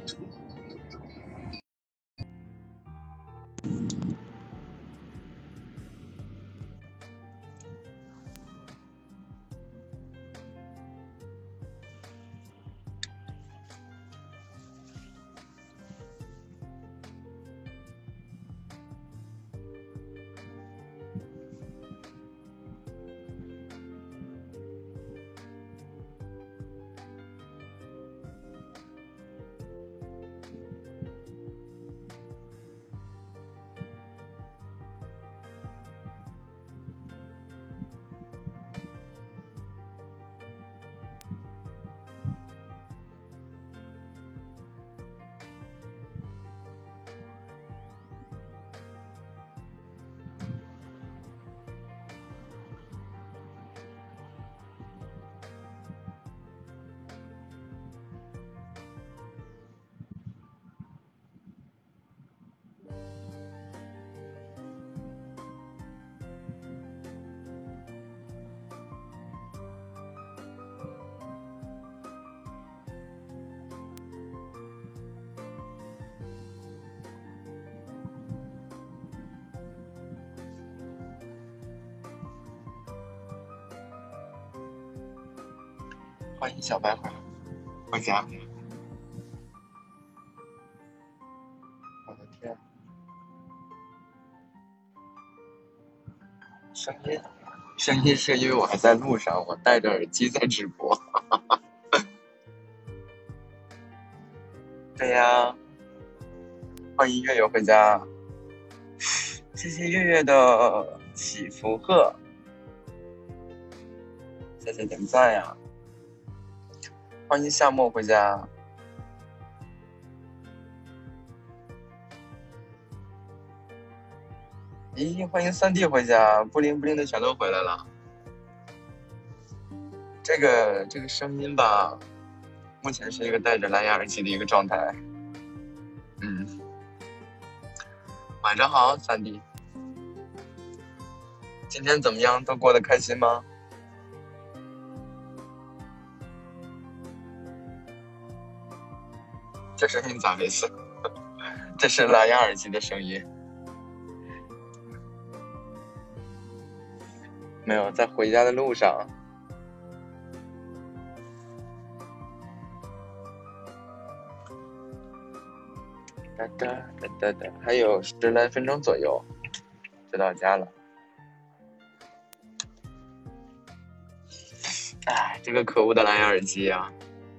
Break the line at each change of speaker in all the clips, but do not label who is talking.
欢迎小白回家。我的天，声音是因为我还在路上，我戴着耳机在直播。对呀，欢迎月月回家，谢谢月月的祈福贺，谢谢点赞呀。欢迎夏末回家，咦，欢迎3D 回家，布灵布灵的全都回来了。这个声音吧，目前是一个戴着蓝牙耳机的一个状态。晚上好，3D。今天怎么样？都过得开心吗？这声音咋回事？这是蓝牙耳机的声音。没有，在回家的路上。还有10来分钟左右就到家了。哎，这个可恶的蓝牙耳机啊！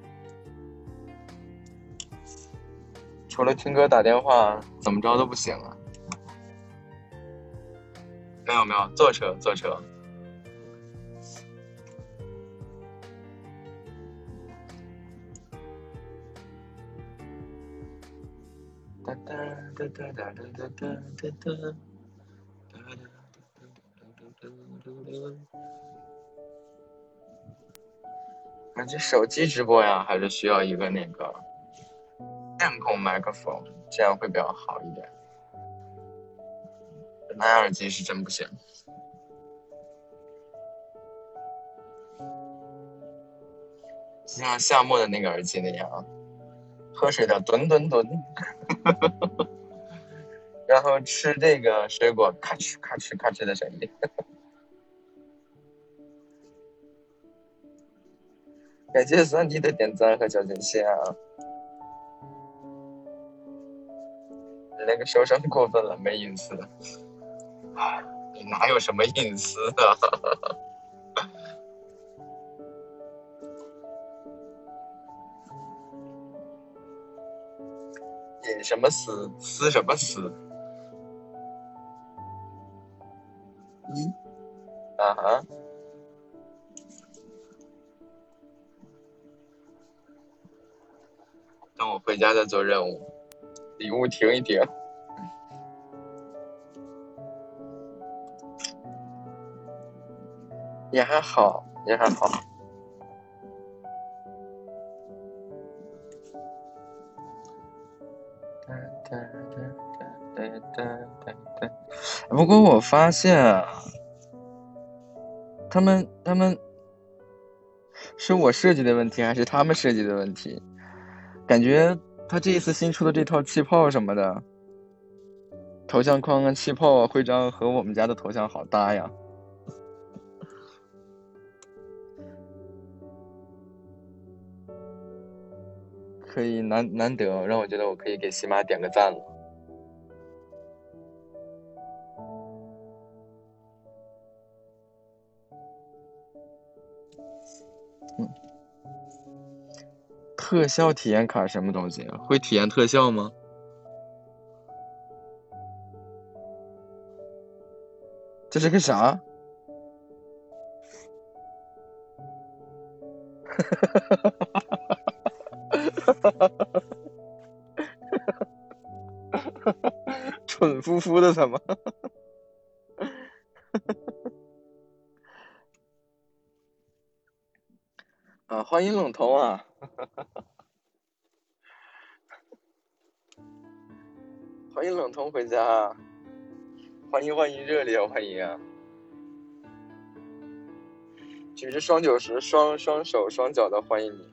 除了听歌打电话，怎么着都不行了。没有，坐车。感觉手机直播呀，还是需要一个那个电控麦克风，这样会比较好一点。蓝牙耳机是真不行。像夏末的那个耳机那样，喝水的吨，然后吃这个水果咔哧的声音。感谢3D 的点赞和小心心啊！你那个收声过分了，没隐私。你哪有什么隐私啊？隐什么私？私什么私？啊哈！等我回家再做任务。礼物停一停。也还好。不过我发现啊，他们是我设计的问题，还是他们设计的问题？感觉他这一次新出的这套气泡什么的，头像框啊、气泡啊、徽章和我们家的头像好搭呀。可以难得让我觉得我可以给喜马点个赞了。特效体验卡什么东西啊？会体验特效吗？这是个啥？蠢乎乎的怎么？啊，欢迎冷彤啊！欢迎冷彤回家，欢迎热烈欢迎啊！举着双手双脚的欢迎你。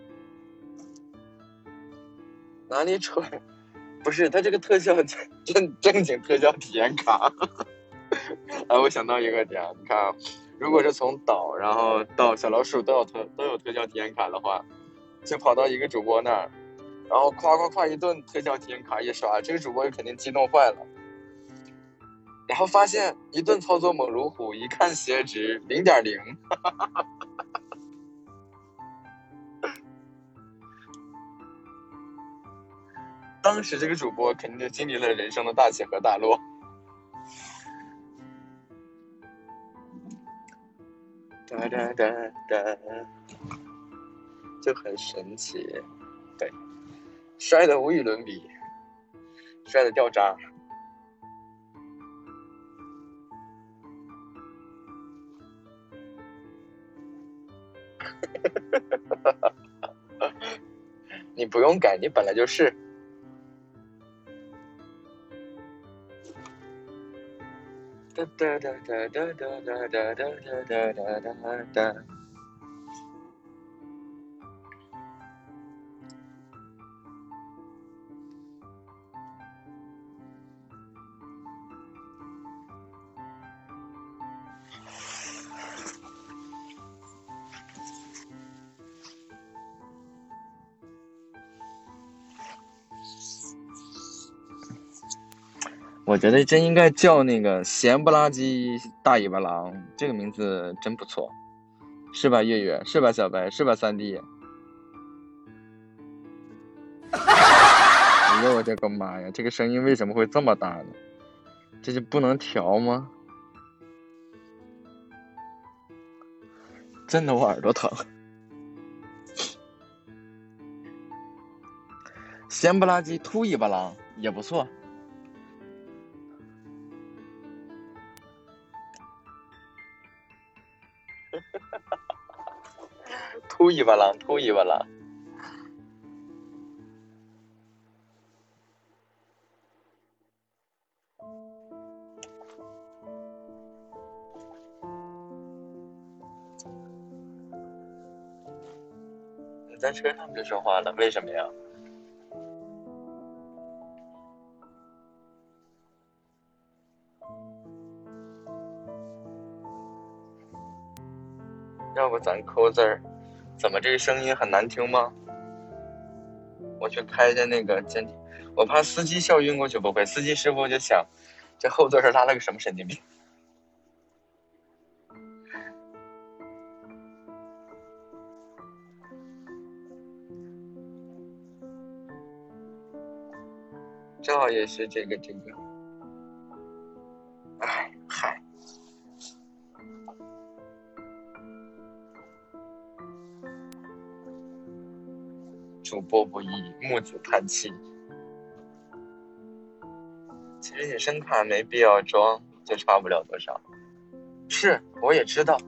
哪里蠢？不是，他这个特效正经特效体验卡。哎，我想到一个点，你看啊，如果是从岛然后到小老鼠都有特效体验卡的话，就跑到一个主播那儿，然后夸一顿特效体验卡一刷，这个主播肯定激动坏了。然后发现一顿操作猛如虎，一看血值0.0。当时这个主播肯定就经历了人生的大起和大落。哒哒哒哒，就很神奇，对，摔得无与伦比，摔得掉渣。你不用改，你本来就是。哒哒哒哒哒哒哒哒哒哒哒哒。我觉得真应该叫那个闲不拉几大尾巴狼，这个名字真不错，是吧？月月，是吧？小白，是吧？3D。哎呦我的个妈呀！这个声音为什么会这么大呢？这就不能调吗？震得我耳朵疼。闲不拉几秃尾巴狼也不错。秃尾巴狼，秃尾巴狼。你在车上别说话了，为什么呀？要不咱抠字儿？怎么这个声音很难听吗？我去开一下那个监听，我怕司机笑晕过去不会，司机师傅就想，这后座是拉了个什么神经病？正好也是这个，哎嗨，主播不易，木子叹气。其实你声卡没必要装，就差不了多少。是，我也知道。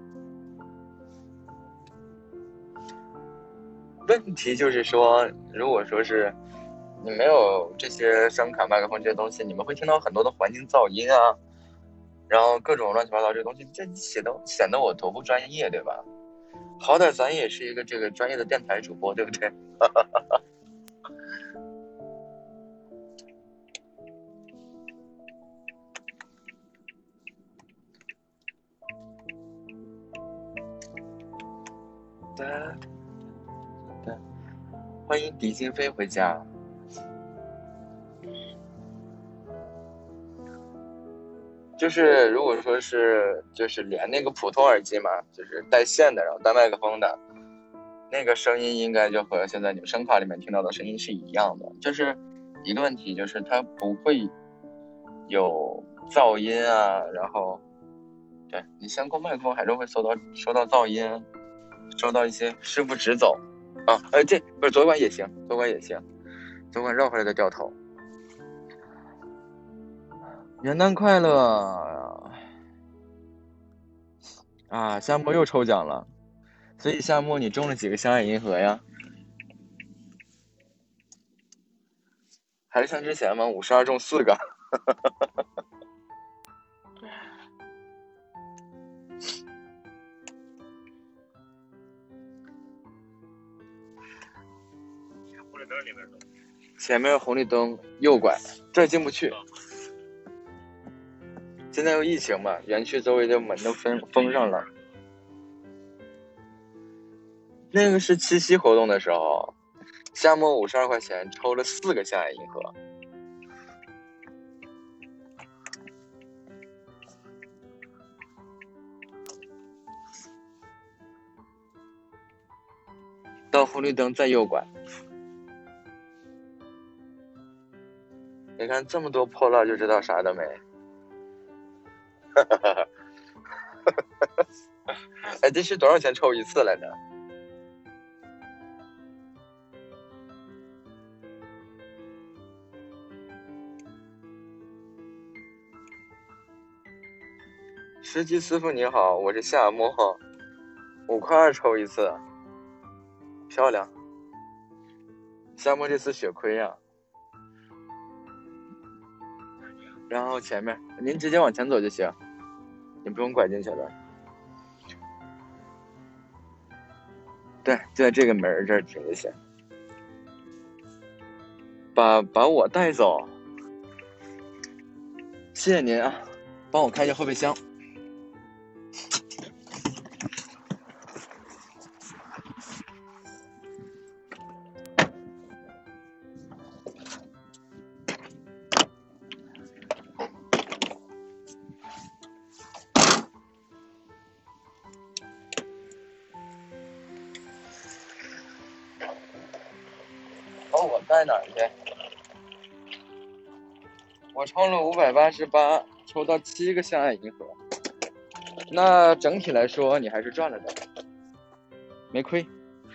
问题就是说，如果说是你没有这些声卡、麦克风这些东西，你们会听到很多的环境噪音啊，然后各种乱七八糟这东西，这显得我多不专业，对吧？好歹咱也是一个这个专业的电台主播，对不对？ 的，欢迎狄金飞回家。就是如果说是就是连那个普通耳机嘛，就是带线的，然后带麦克风的，那个声音应该就和现在你们声卡里面听到的声音是一样的。就是一个问题，就是它不会有噪音啊，然后对你先过麦克风还是会收到噪音，收到一些师傅直走啊，这不是左管也行，左管绕回来的掉头。元旦快乐啊！夏末又抽奖了，所以夏末你中了几个香爱银河呀？还是像之前吗？52中4个。前面红绿灯右拐，这儿进不去。现在有疫情嘛，园区周围的门都封上了。那个是七夕活动的时候，夏末52块钱抽了4个香爱银河。到红绿灯再右拐。你看这么多破烂就知道啥都没。哎，这是多少钱抽一次来着？司机师傅你好，我是夏末，5块2抽一次，漂亮。夏末这次血亏呀。然后前面您直接往前走就行，你不用拐进去了。对，就在这个门这儿停就行。把我带走，谢谢您啊，帮我开一下后备箱。我带哪儿去？我抽了588，抽到7个香爱银河。那整体来说，你还是赚了的，没亏。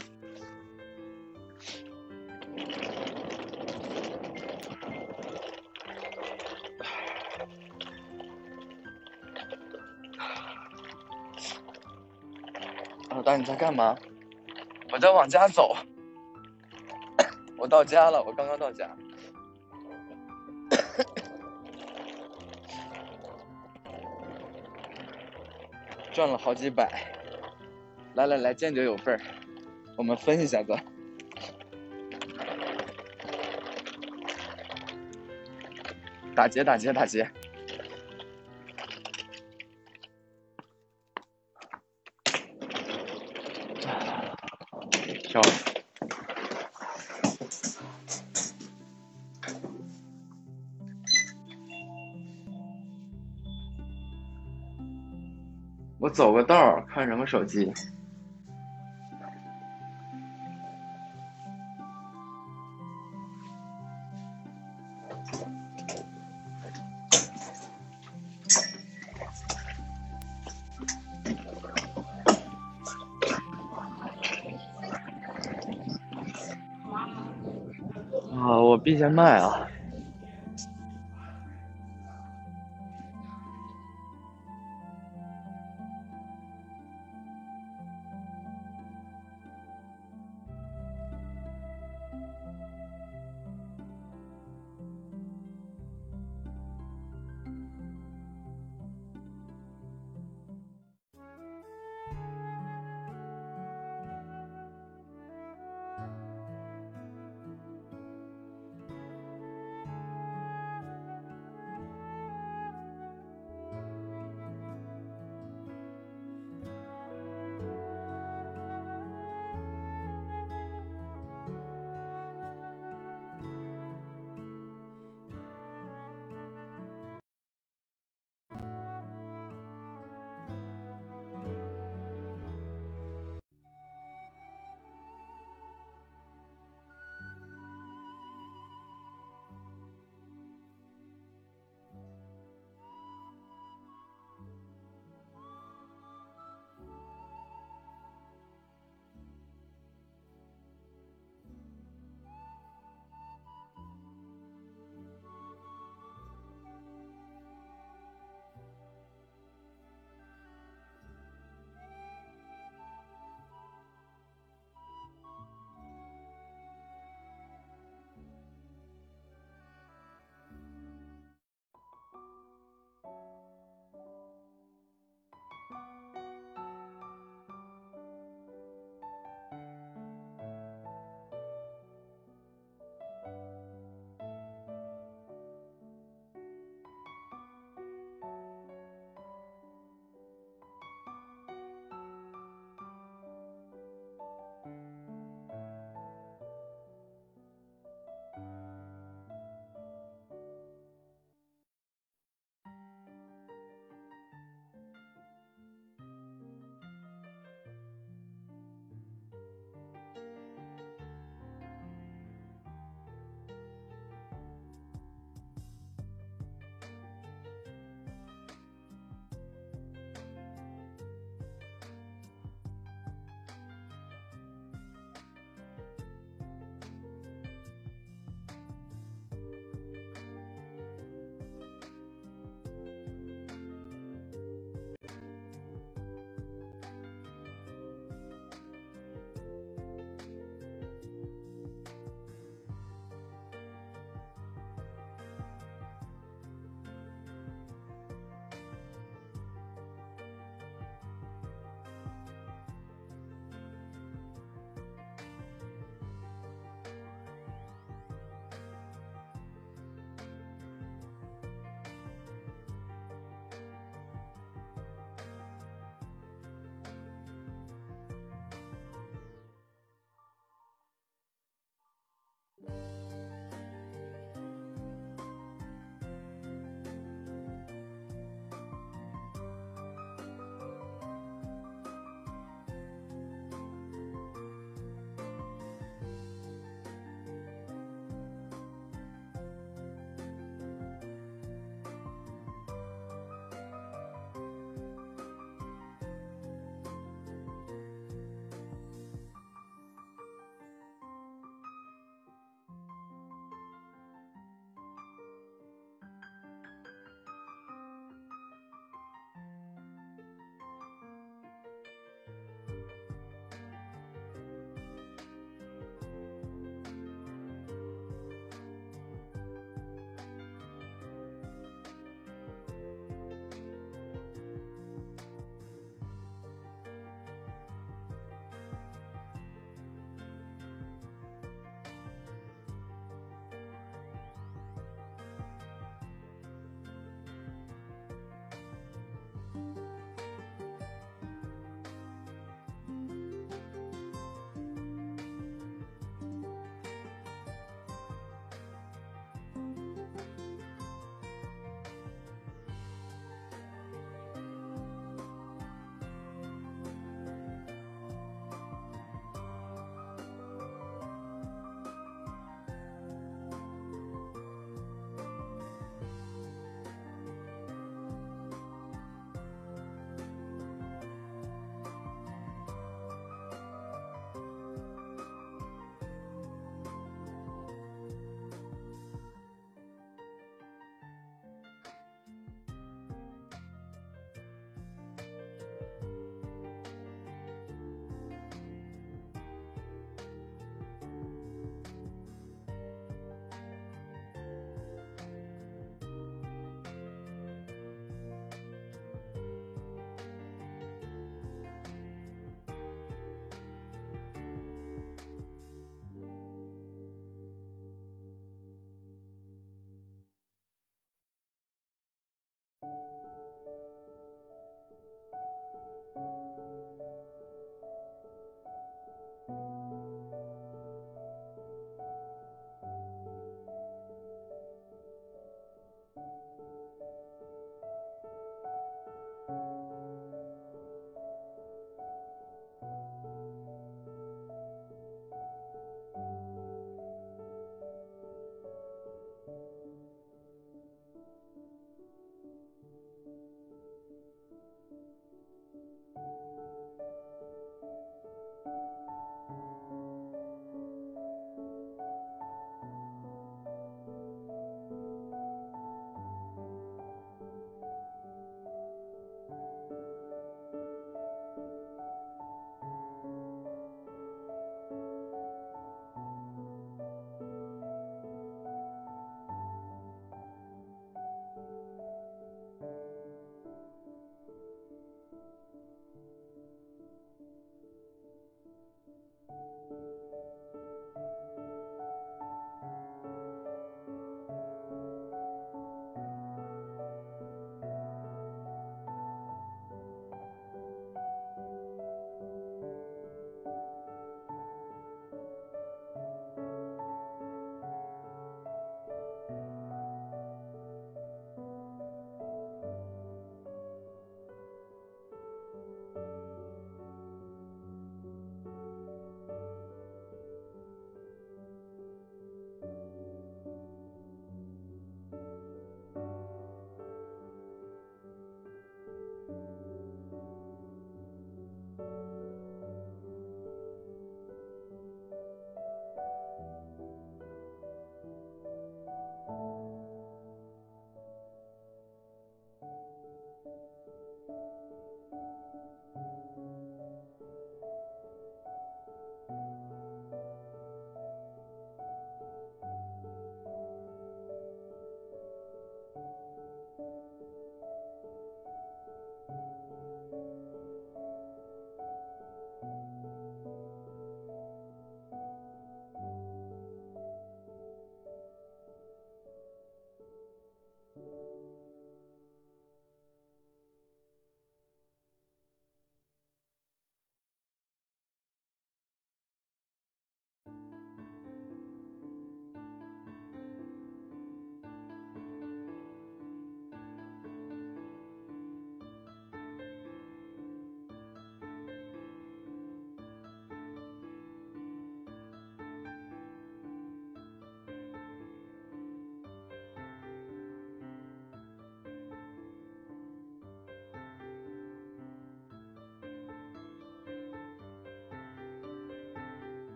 老大，你在干嘛？我在往家走。我到家了，我刚刚到家。赚了好几百。来，见者有份，我们分一下子。打劫！跳！我走个道，看什么手机？啊，我闭下麦啊。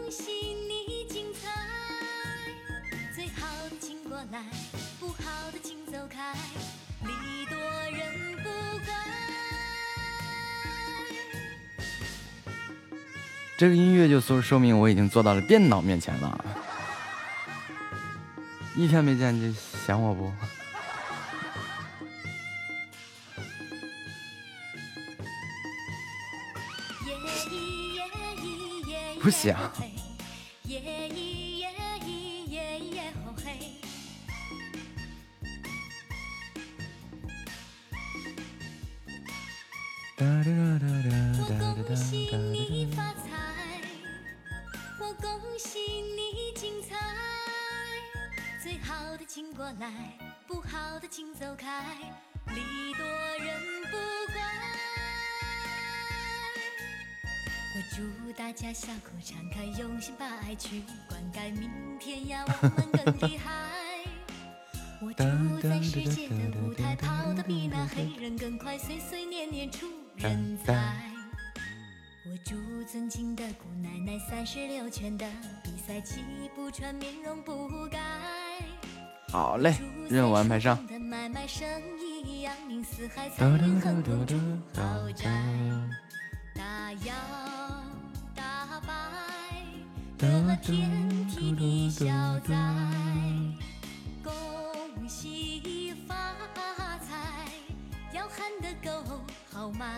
喜你精彩，最好的请过来，不好的请走开，礼多人不怪。
这个音乐就说明我已经坐到了电脑面前了。一天没见就想我不？不想。
我恭喜你发财，我恭喜你精彩，最好的请过来，不好的请走开，礼多人不怪。我祝大家笑口常开，用心把爱去灌溉，明天呀我们更厉害。我祝在世界的舞台跑得比那黑人更快，岁岁年年出人才。我祝尊敬的姑奶奶36圈的比赛气不喘，面容不改。
好嘞，任务安排上。
买卖生意扬名四海，财运亨通住豪宅。大摇大摆，乐天替你消灾，恭喜发财，要喊得够豪迈。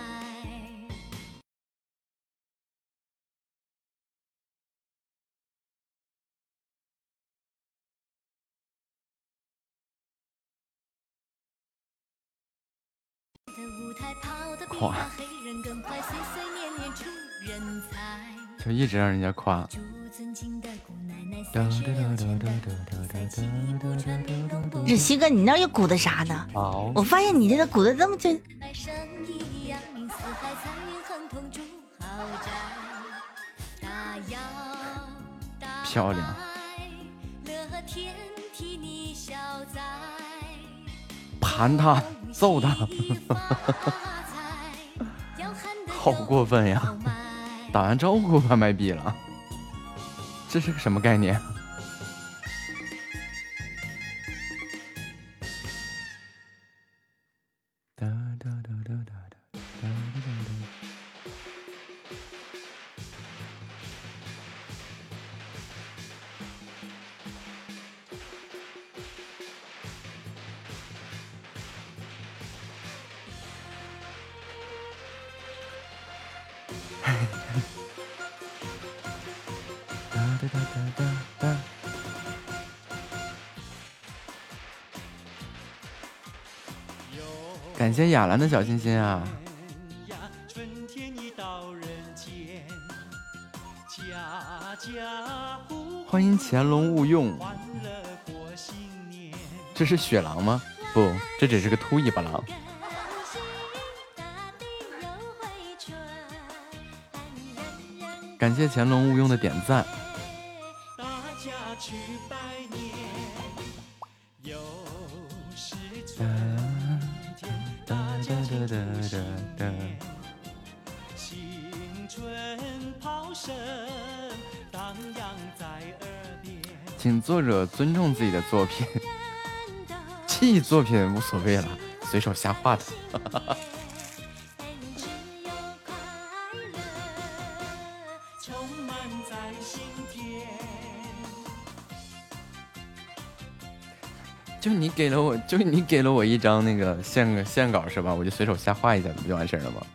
夸，就一直让人家夸。
日西哥，你那又鼓的啥呢？
好，
我发现你这个鼓的这么就。
漂亮。盘他，揍他，好过分呀！打完招呼还卖币了，这是个什么概念？感谢雅兰的小心心啊！欢迎乾隆勿用。这是雪狼吗？不，这只是个秃尾巴狼。感谢乾隆勿用的点赞。请作者尊重自己的作品，弃作品无所谓了，随手瞎画的。就你给了我一张那个线稿是吧？我就随手瞎画一下，不就完事了吗？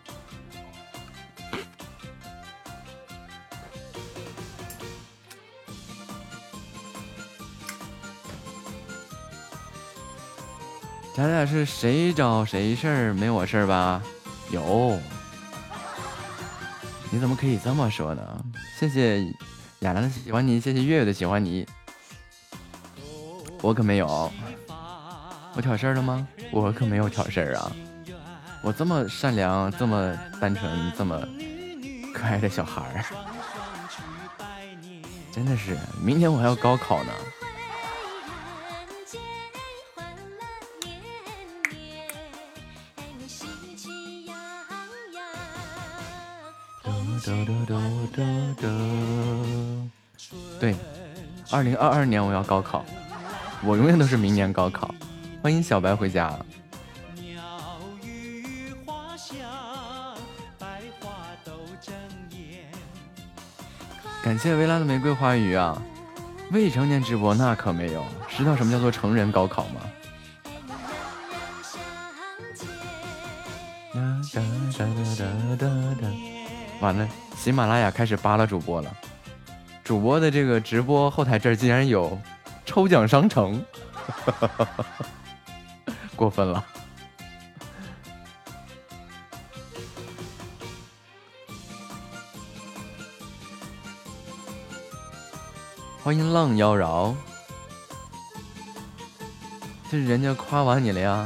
咱俩是谁找谁事儿，没我事儿吧？有，你怎么可以这么说呢？谢谢雅兰的喜欢你，谢谢月月的喜欢你，我可没有。我挑事儿了吗？我可没有挑事儿啊！我这么善良，这么单纯，这么可爱的小孩儿，真的是，明天我还要高考呢。 对，2022年我要高考，我永远都是明年高考。欢迎小白回家。感谢薇拉的玫瑰花语啊！未成年直播那可没有，知道什么叫做成人高考吗？完了，喜马拉雅开始扒拉主播了。主播的这个直播后台这儿竟然有抽奖商城，过分了。欢迎浪妖娆，这人家夸完你了呀。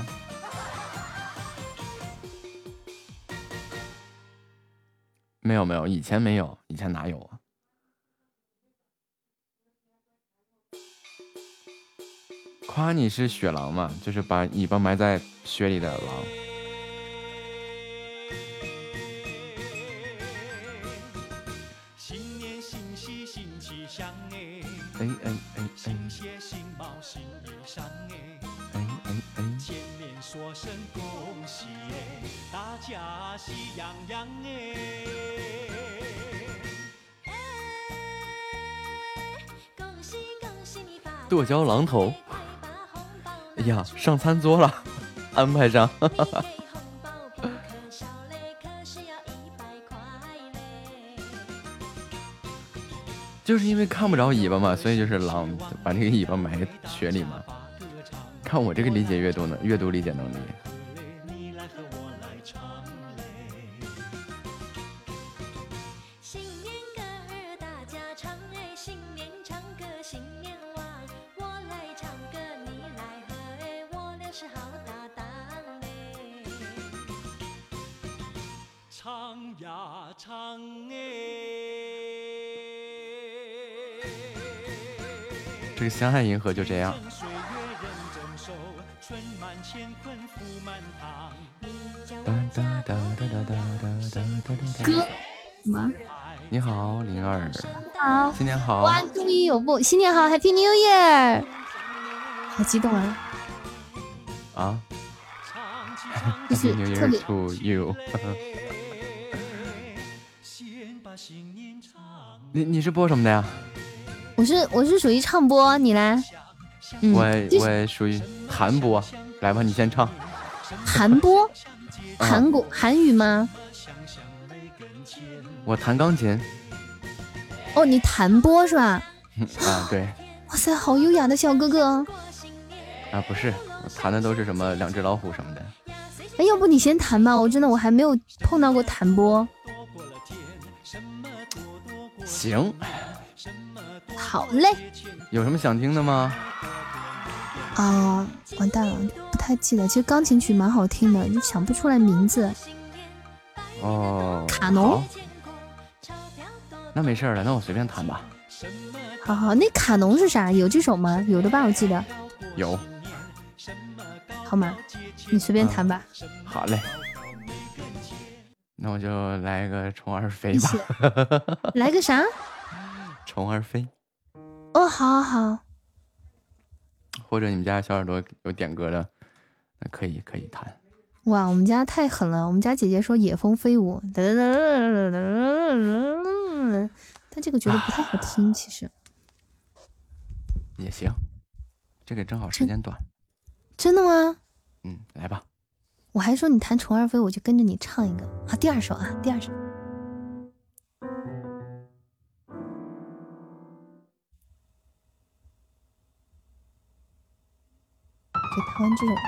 没有没有，以前没有，以前哪有啊？夸你是雪狼嘛，就是把尾巴埋在雪里的狼。
新年新喜新气象哎，
哎哎哎
新鞋新帽新衣裳哎，前面说声恭喜哎，大家喜洋洋哎。
剁椒狼头，哎呀，上餐桌了，安排上。就是因为看不着尾巴嘛，所以就是狼把这个尾巴埋雪里嘛。看我这个理解阅读理解能力。这个相爱银河就这样。
哥，什么？
你好，灵儿。
好，
新年好！
哇，终于有不，新年好 ，Happy New Year！ 好激动啊！
啊
就是
！Happy New
特别
Year to you 你是播什么的呀？
我是属于唱播，你来。嗯，
我也属于韩播，来吧，你先唱。
韩播，韩语吗？
我弹钢琴。
哦，你弹播是吧？
啊，对。
哇塞，好优雅的小哥哥。
啊，不是，我弹的都是什么两只老虎什么的。
哎，要不你先弹吧，我还没有碰到过弹播。
行。
好嘞。
有什么想听的吗？
啊，完蛋了，不太记得。其实钢琴曲蛮好听的，就想不出来名字。
哦，
卡农。
那没事了，那我随便弹吧。
好好，那卡农是啥？有这首吗？有的吧，我记得。
有。
好吗？你随便弹吧。
好嘞。那我就来个虫儿飞吧。
来个啥？
虫儿飞。
哦，好好好。
或者你们家小耳朵有点歌的，那可以弹。
哇，我们家太狠了！我们家姐姐说野蜂飞舞，但这个觉得不太好听，其实。
也行，这个正好时间短。
真的吗？
嗯，来吧。
我还说你弹虫儿飞，我就跟着你唱一个啊，第二首啊，第二首。就弹完这种。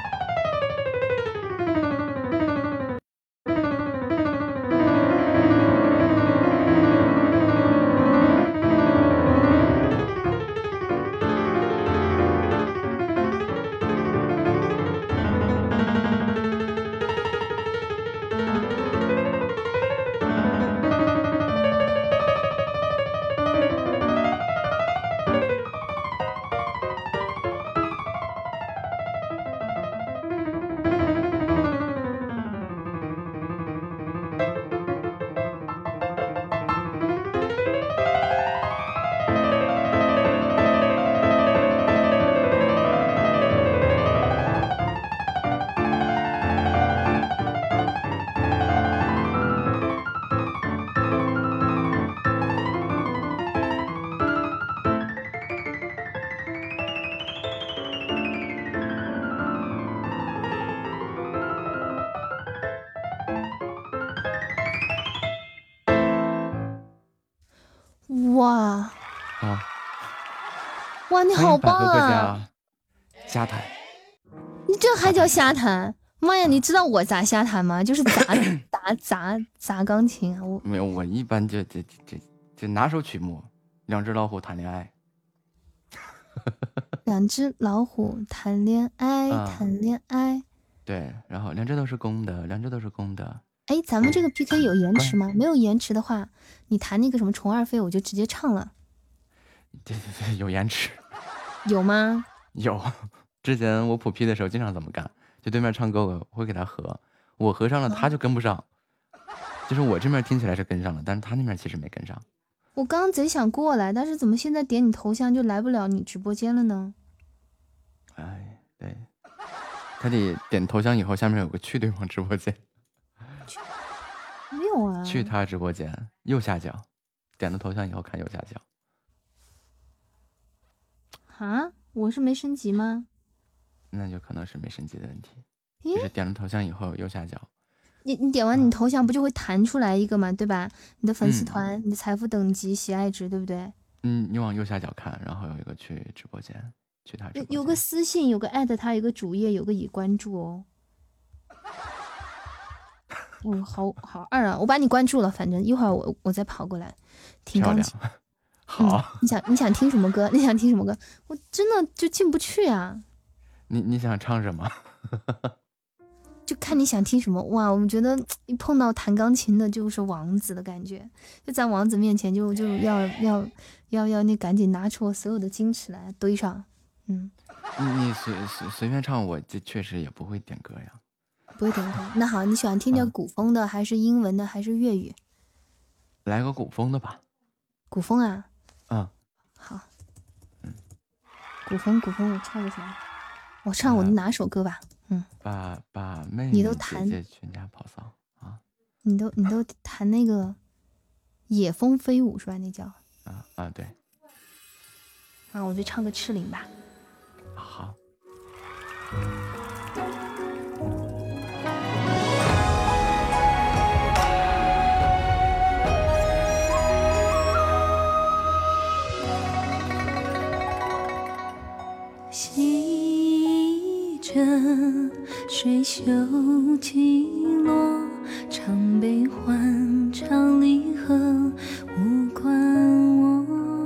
哇，你好棒啊！
瞎弹，
你这还叫瞎弹？妈呀，你知道我咋瞎弹吗？就是砸钢琴啊！
没有，我一般就拿手曲目，两只老虎谈恋爱。
两只老虎谈恋爱，谈恋爱。
对，然后两只都是公的，两只都是公的。
哎，咱们这个 PK 有延迟吗？没有延迟的话，你弹那个什么虫二飞，我就直接唱了。
对，有延迟。
有吗？
有，之前我普 P 的时候经常这么干，就对面唱歌我会给他合，我合上了他就跟不上，就是我这面听起来是跟上了，但是他那边其实没跟上。
我刚刚贼想过来，但是怎么现在点你头像就来不了你直播间了呢？
哎，对，他得点头像以后下面有个去对方直播间。
没有啊，
去他直播间右下角，点了头像以后看右下角。
啊，我是没升级吗？
那就可能是没升级的问题。就是点了头像以后右下角，
你点完你头像不就会弹出来一个嘛，对吧？你的粉丝团、你的财富等级、喜爱值，对不对？
你往右下角看，然后有一个去直播间，去他直播间
有个私信，有个艾特他，有个主页，有个已关注哦。好二啊！我把你关注了，反正一会儿我再跑过来听钢琴。
好，
你想听什么歌？你想听什么歌？我真的就进不去啊！
你想唱什么？
就看你想听什么哇！我们觉得一碰到弹钢琴的就是王子的感觉，就在王子面前就要那赶紧拿出我所有的矜持来堆上。你
随便唱，我这确实也不会点歌呀。
不会点歌。那好，你喜欢听点古风的，还是英文的，还是粤语？
来个古风的吧。
古风啊？好。古风，我唱个什么？我唱我的哪首歌吧？
把妹
你都弹
姐姐全家跑骚啊！
你都弹那个野蜂飞舞是吧？那叫
对。
我就唱个赤岭吧。
好。
洗着水袖起落，唱悲欢，唱离合，无关我。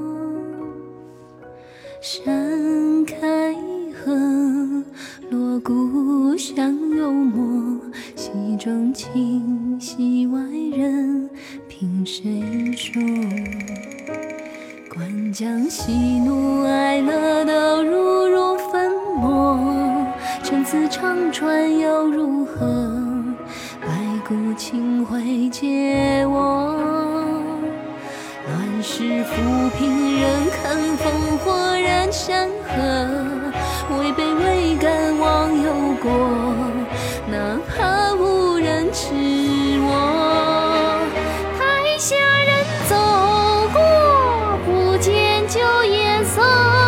山开合，锣鼓响幽默，戏中情，戏外人，凭谁说？观将喜怒哀乐都如粉末，陈词唱穿又如何？白骨青灰皆我。乱世浮萍人看烽火燃山河，违背未敢忘忧国，哪怕无人知我。台下人走过，不见旧颜色，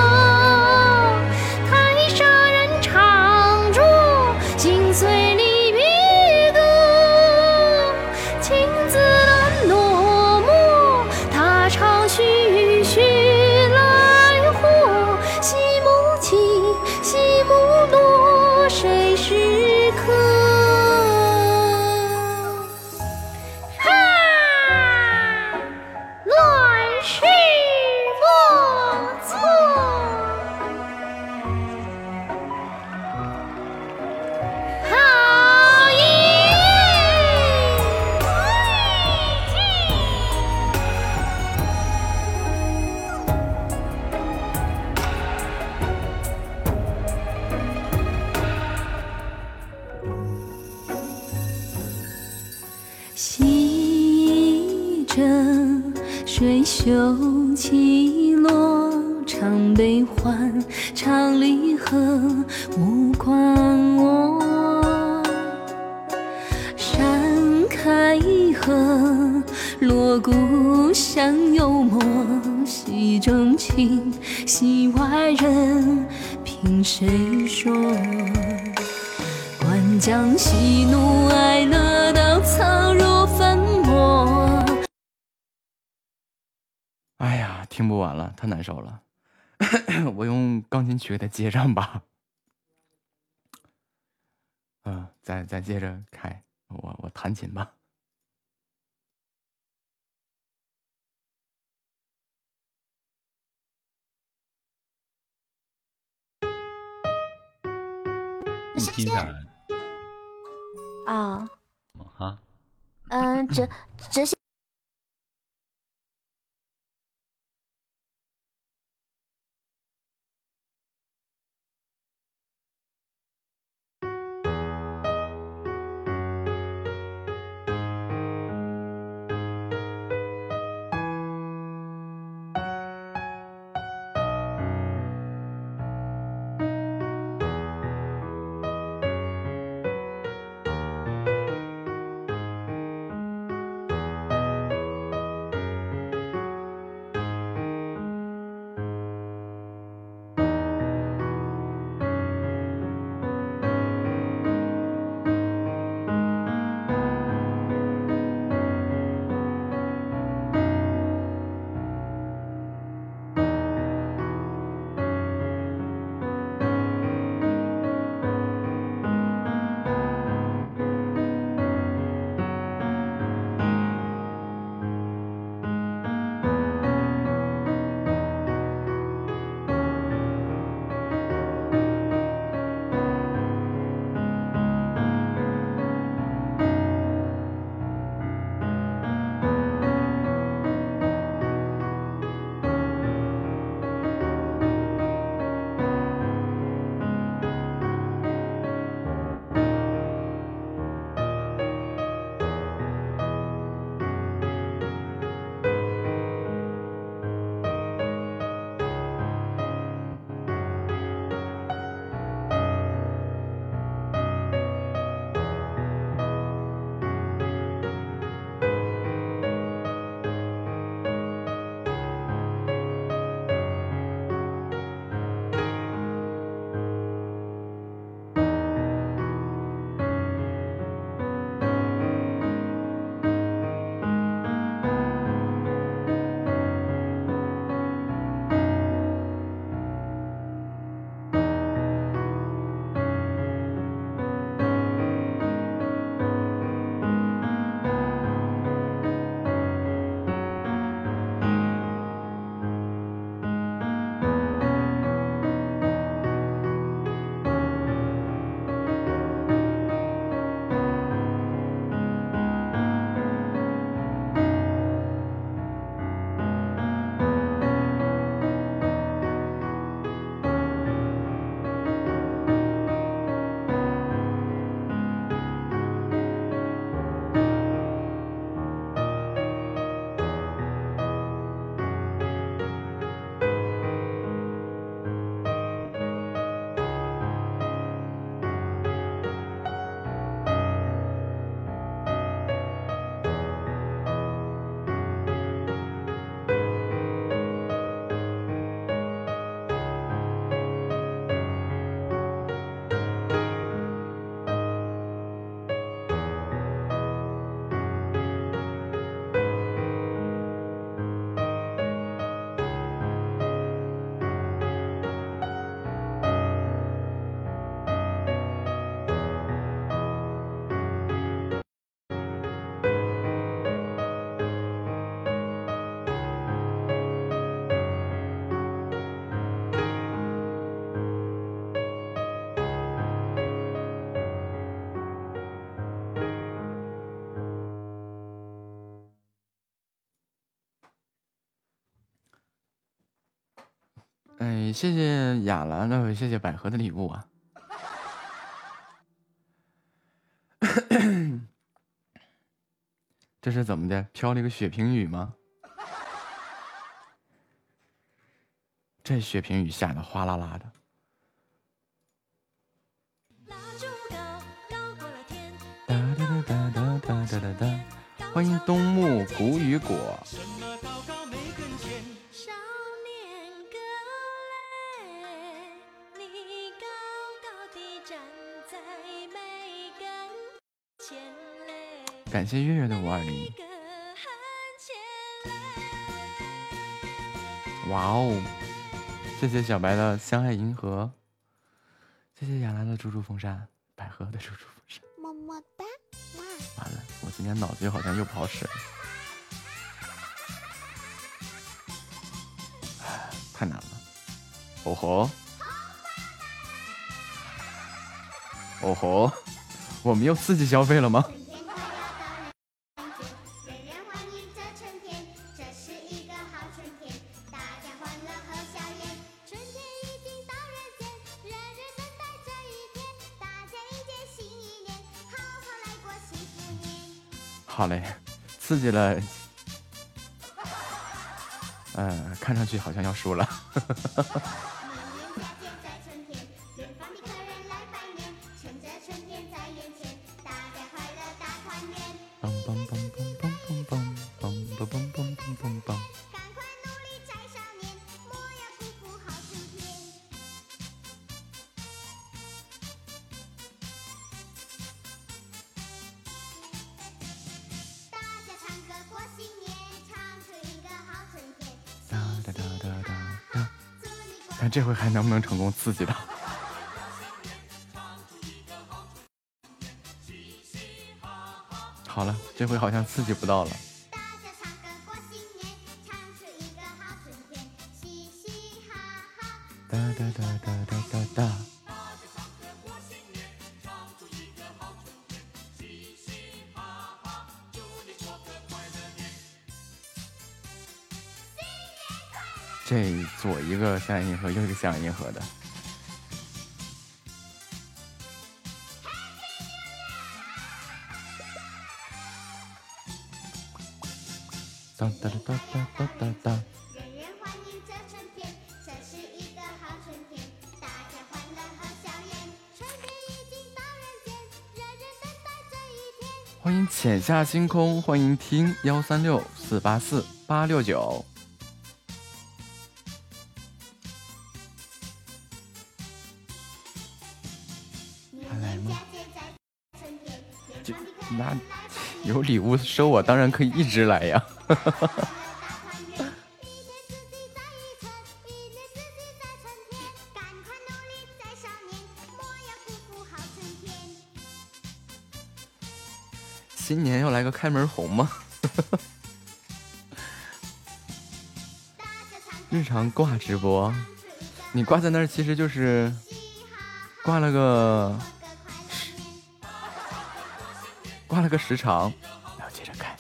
台上人唱着心碎离别歌，情字乱落寞，他唱徐徐来火，戏幕起，戏幕落，谁是客？乱世莫测。好耶！洗着水袖起落，唱悲欢，唱离合，无关我。山开合，锣鼓响幽默，戏中情，戏外人，凭谁说？观将喜怒哀乐都藏入粉末。
哎呀，听不完了，太难受了。 我用钢琴曲给它接上吧。再接着开，我弹琴吧。
一听下来
啊，
哈，
这些。
哎，谢谢雅兰的，谢谢百合的礼物啊。这是怎么的？飘了一个血瓶雨吗？这血瓶雨下的哗啦啦的。哒哒哒哒哒哒哒哒！欢迎东木谷雨果。感谢月月的520。哇哦！ 谢谢小白的相爱银河，谢谢雅兰的猪猪风扇，百合的猪猪风扇，
么么哒。
完了，我今天脑子好像又不好使了，太难了。哦吼，哦吼，我们又刺激消费了吗？好嘞，刺激了，看上去好像要输了。看这回还能不能成功刺激到？好了，这回好像刺激不到了。哒哒哒哒哒哒哒。这左一个相爱银河，右一个相爱银河的。哒哒哒哒哒哒哒。欢迎浅下星空，欢迎听136484869。还来吗？那有礼物收我，当然可以一直来呀。新年要来个开门红吗？日常挂直播，你挂在那儿其实就是挂了个时长，然后接着开。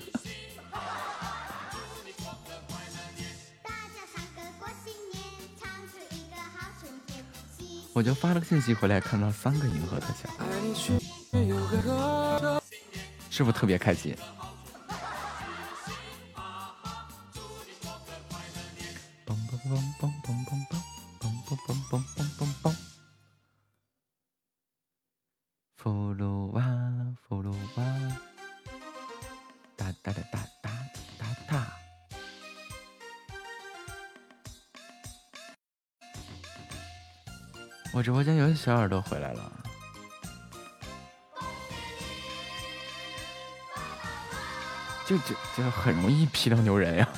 我就发了个信息回来，看到3个银河特效，是不是特别开心？嘣嘣嘣嘣嘣嘣嘣嘣嘣嘣嘣嘣嘣。葫芦娃，葫芦娃，哒哒哒哒哒哒哒。我直播间有小耳朵回来了。这很容易 P 到牛人呀。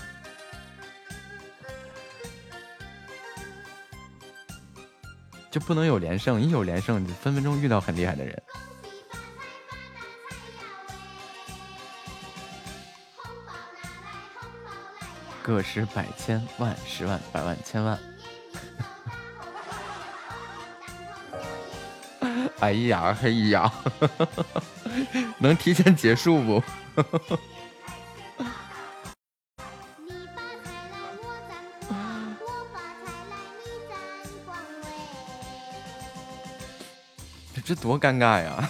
就不能有连胜，一有连胜你分分钟遇到很厉害的人。个十百千万十万百万千万。哎呀嘿呀，能提前结束不？这多尴尬呀！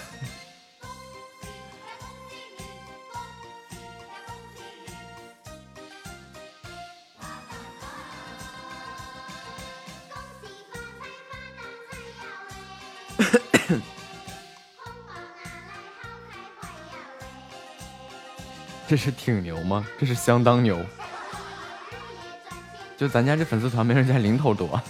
这是挺牛吗？这是相当牛。就咱家这粉丝团没人家零头多。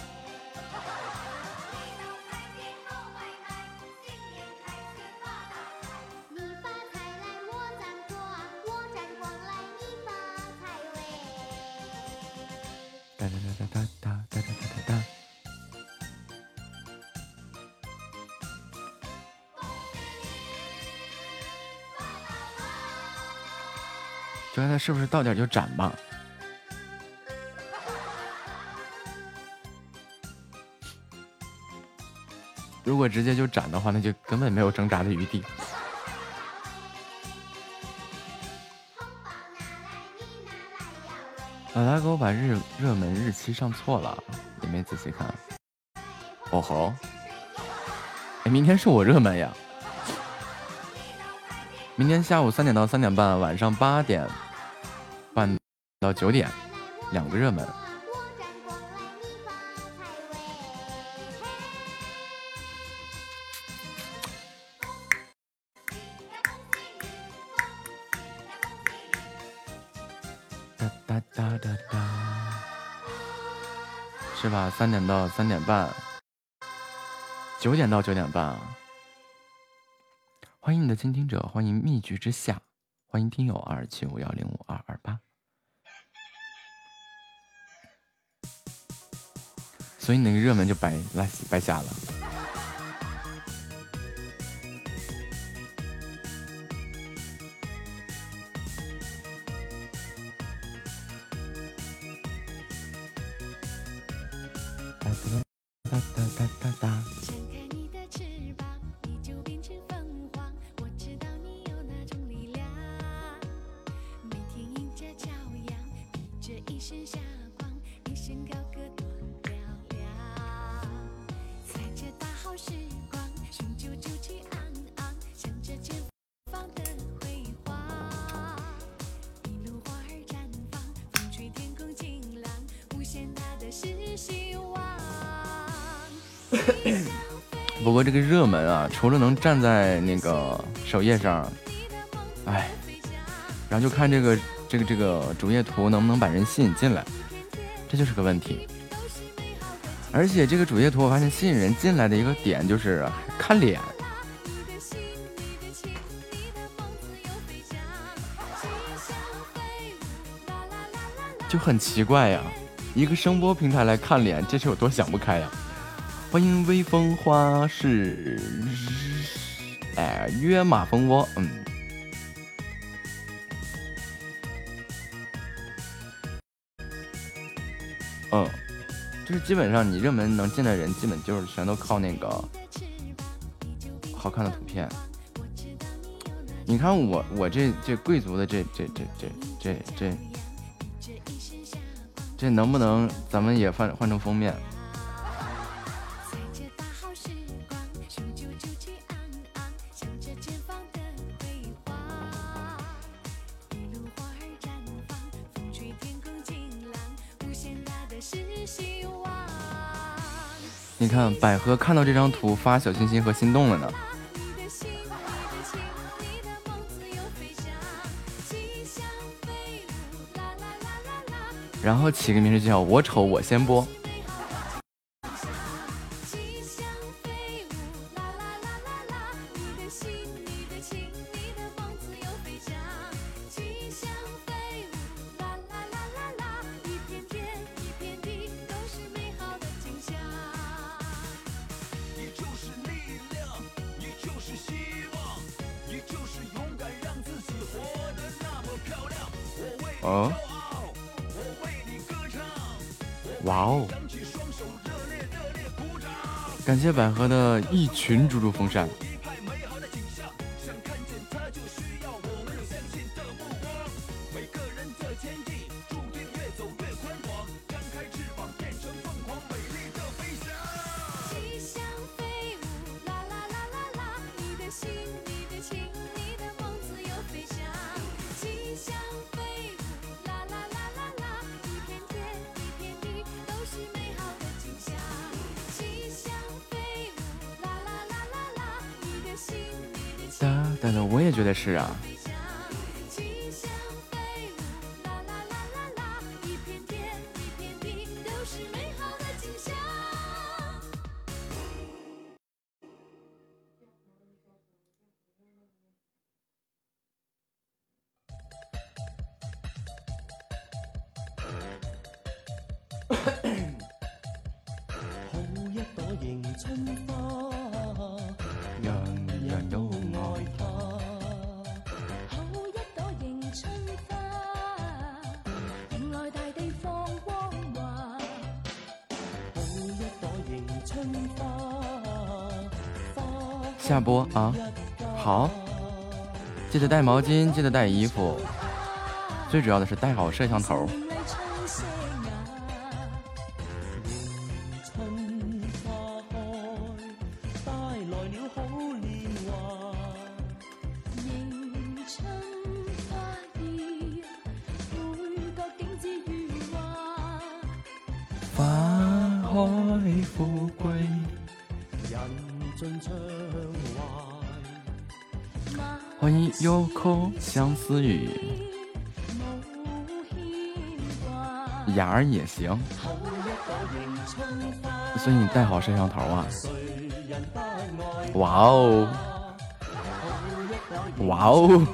哒哒哒哒哒哒哒哒哒。就看他是不是到点就斩吧。如果直接就斩的话，那就根本没有挣扎的余地。老大给我把热门日期上错了，也没仔细看。哦吼！哎，明天是我热门呀！明天下午3点到3点半，晚上8点半到9点，2个热门。哒哒哒哒哒，是吧？3点到3点半，9点到9点半啊！欢迎你的倾听者，欢迎密局之下，欢迎听友275105228。所以你那个热门就白下了。哒哒哒哒哒哒。不过这个热门啊，除了能站在那个首页上，哎，然后就看这个主页图能不能把人吸引进来，这就是个问题。而且这个主页图我发现吸引人进来的一个点就是看脸，就很奇怪呀。一个声波平台来看脸，这是有多想不开呀！欢迎微风花是，哎，约马蜂窝，就是基本上你热门能进的人，基本就是全都靠那个好看的图片。你看我这贵族的这能不能咱们也换成封面？你看百合看到这张图发小心心和心动了呢。然后起个名字叫我丑我先播。哦，哇哦！感谢百合的一群猪猪风扇。我也觉得是啊。 人人都愛他。
好一朵迎春花，迎來大地放光華。
好一朵迎春花，
下播啊，好，记得带毛巾，记得带衣服，最主要的是带好摄像头。富贵，人盡暢懷。歡迎優扣相思雨，雅兒也行，所以你帶好攝像頭啊！哇哦，哇哦！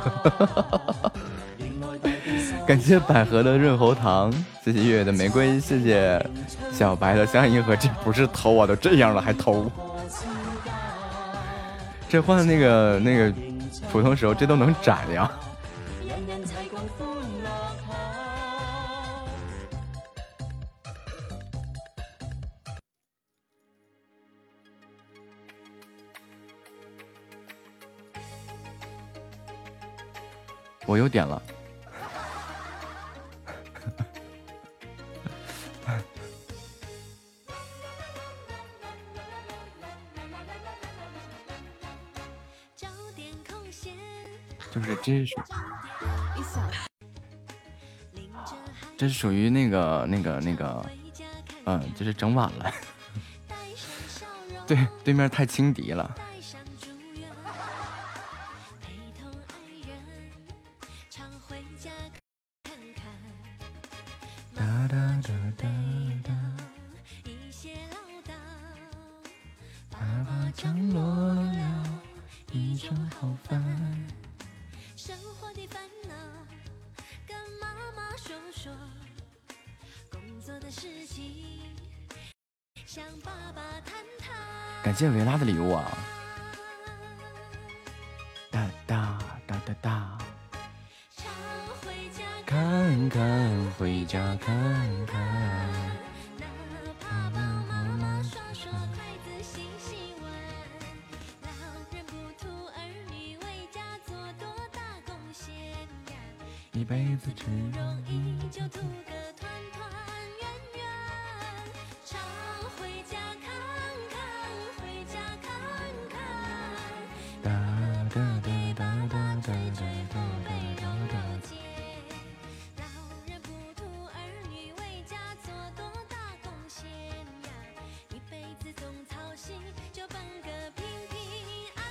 感謝百合的潤喉糖，謝謝月月的玫瑰，謝謝小白的相銀河。這不是偷啊，都這樣了還偷？這換那個普通時候，這都能斬呀！我又點了。就是这是属于那个，就是整晚了。对面太轻敌了。感谢维拉的礼物啊！哒哒哒哒哒，看看回家看看。爸爸妈妈说说孩子细细问，老人不图儿女为家做多大贡献呀，一辈子只容易就图个团团圆圆，常回家看看，回家看看。哒哒哒哒哒哒哒哒哒哒。老人不图儿女为家做多大贡献呀，一辈子总操心，就奔个平平安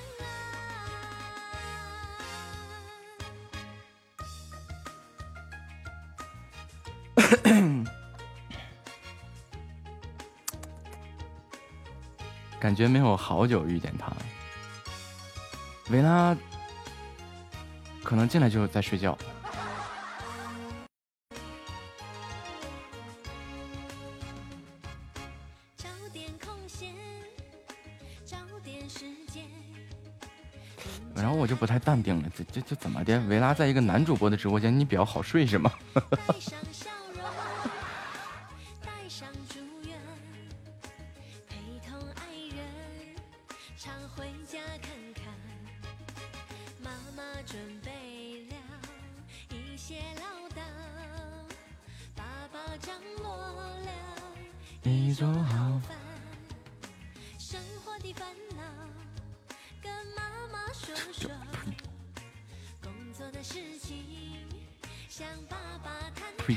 安。感觉没有好久遇见他。维拉可能进来就在睡觉。然后我就不太淡定了，这怎么的？维拉在一个男主播的直播间，你比较好睡是吗？一桌好饭，生活的烦恼跟妈妈说说，工作的事情向爸爸谈谈。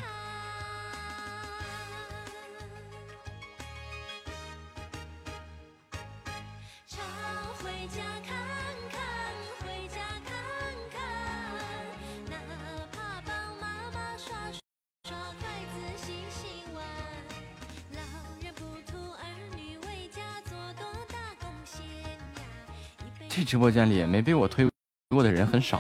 常回家看看，回家看看，哪怕帮妈妈刷刷筷子、洗洗碗。这直播间里没被我推过的人很少。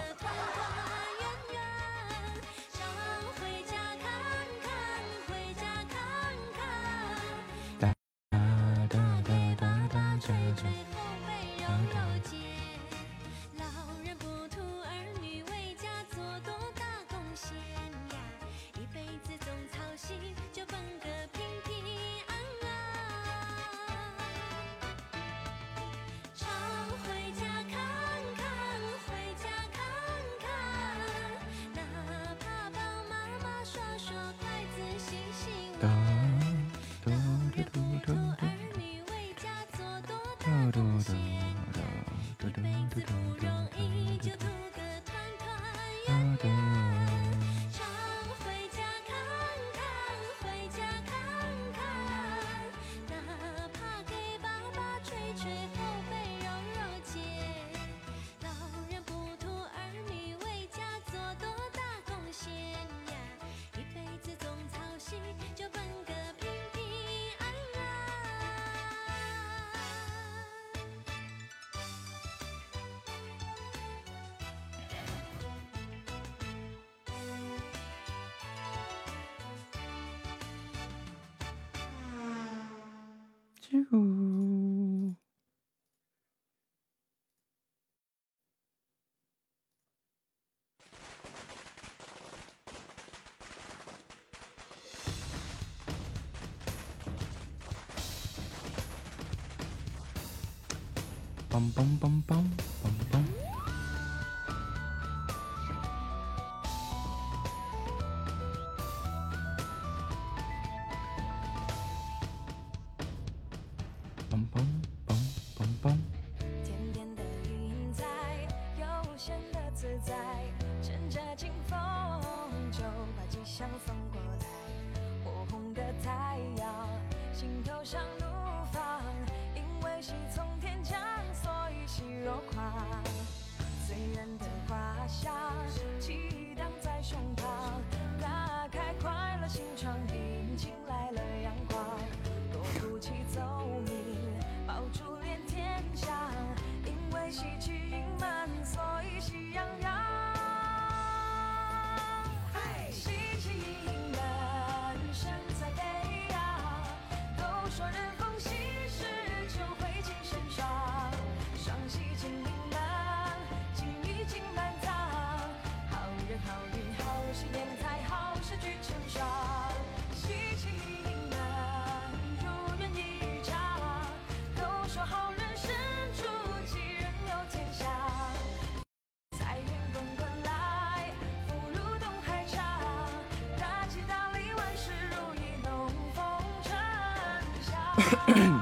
梆梆梆梆梆梆。梆梆梆梆梆。
甜甜的云彩，悠闲的自在，趁着清风就把吉祥送过来。火红的太阳，心头上怒放，因为喜从天降，所以喜若狂。醉人的花香，激荡在胸膛，打开快乐心窗，迎进来了阳光。多鼓起奏鸣，爆竹连天响，因为喜气盈满，所以喜洋洋。喜气盈满，神采飞扬，都说人逢喜事就会精神爽，双喜金临门，金玉金满堂，好人好运好事年财好事聚成双，喜气盈满，如愿以偿，都说好人生出吉人有天相，财源滚滚来，福如东海长，大吉大利万事如意，龙凤呈祥。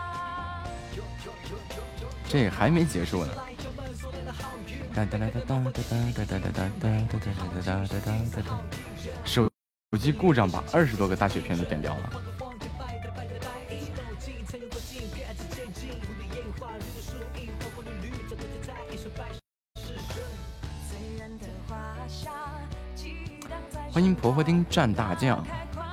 这还没结束呢。哒哒哒哒哒哒哒哒哒哒哒哒哒哒哒哒。手机故障把20多个大血瓶都点掉了。欢迎婆婆丁战大将。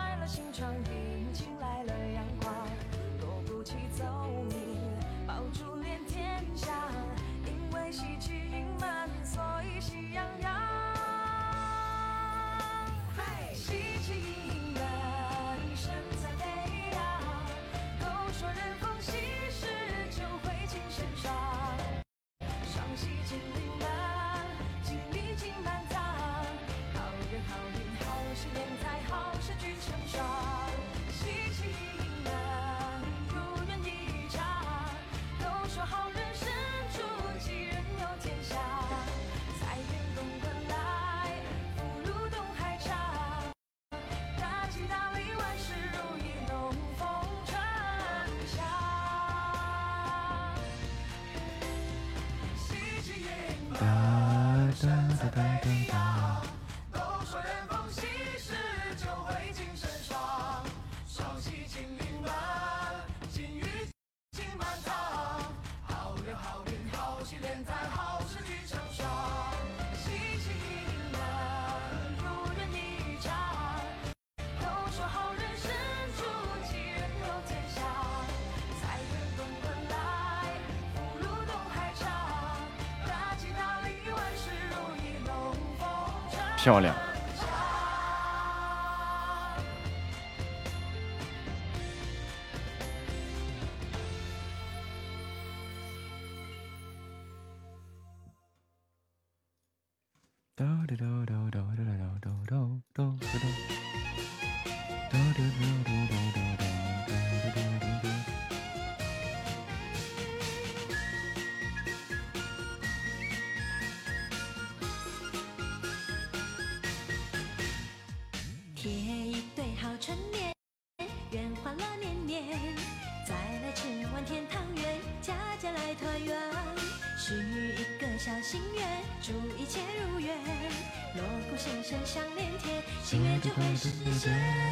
漂亮。
贴一对好春联。 下心愿，祝一切如愿，锣鼓声声响连天，心愿就会实现。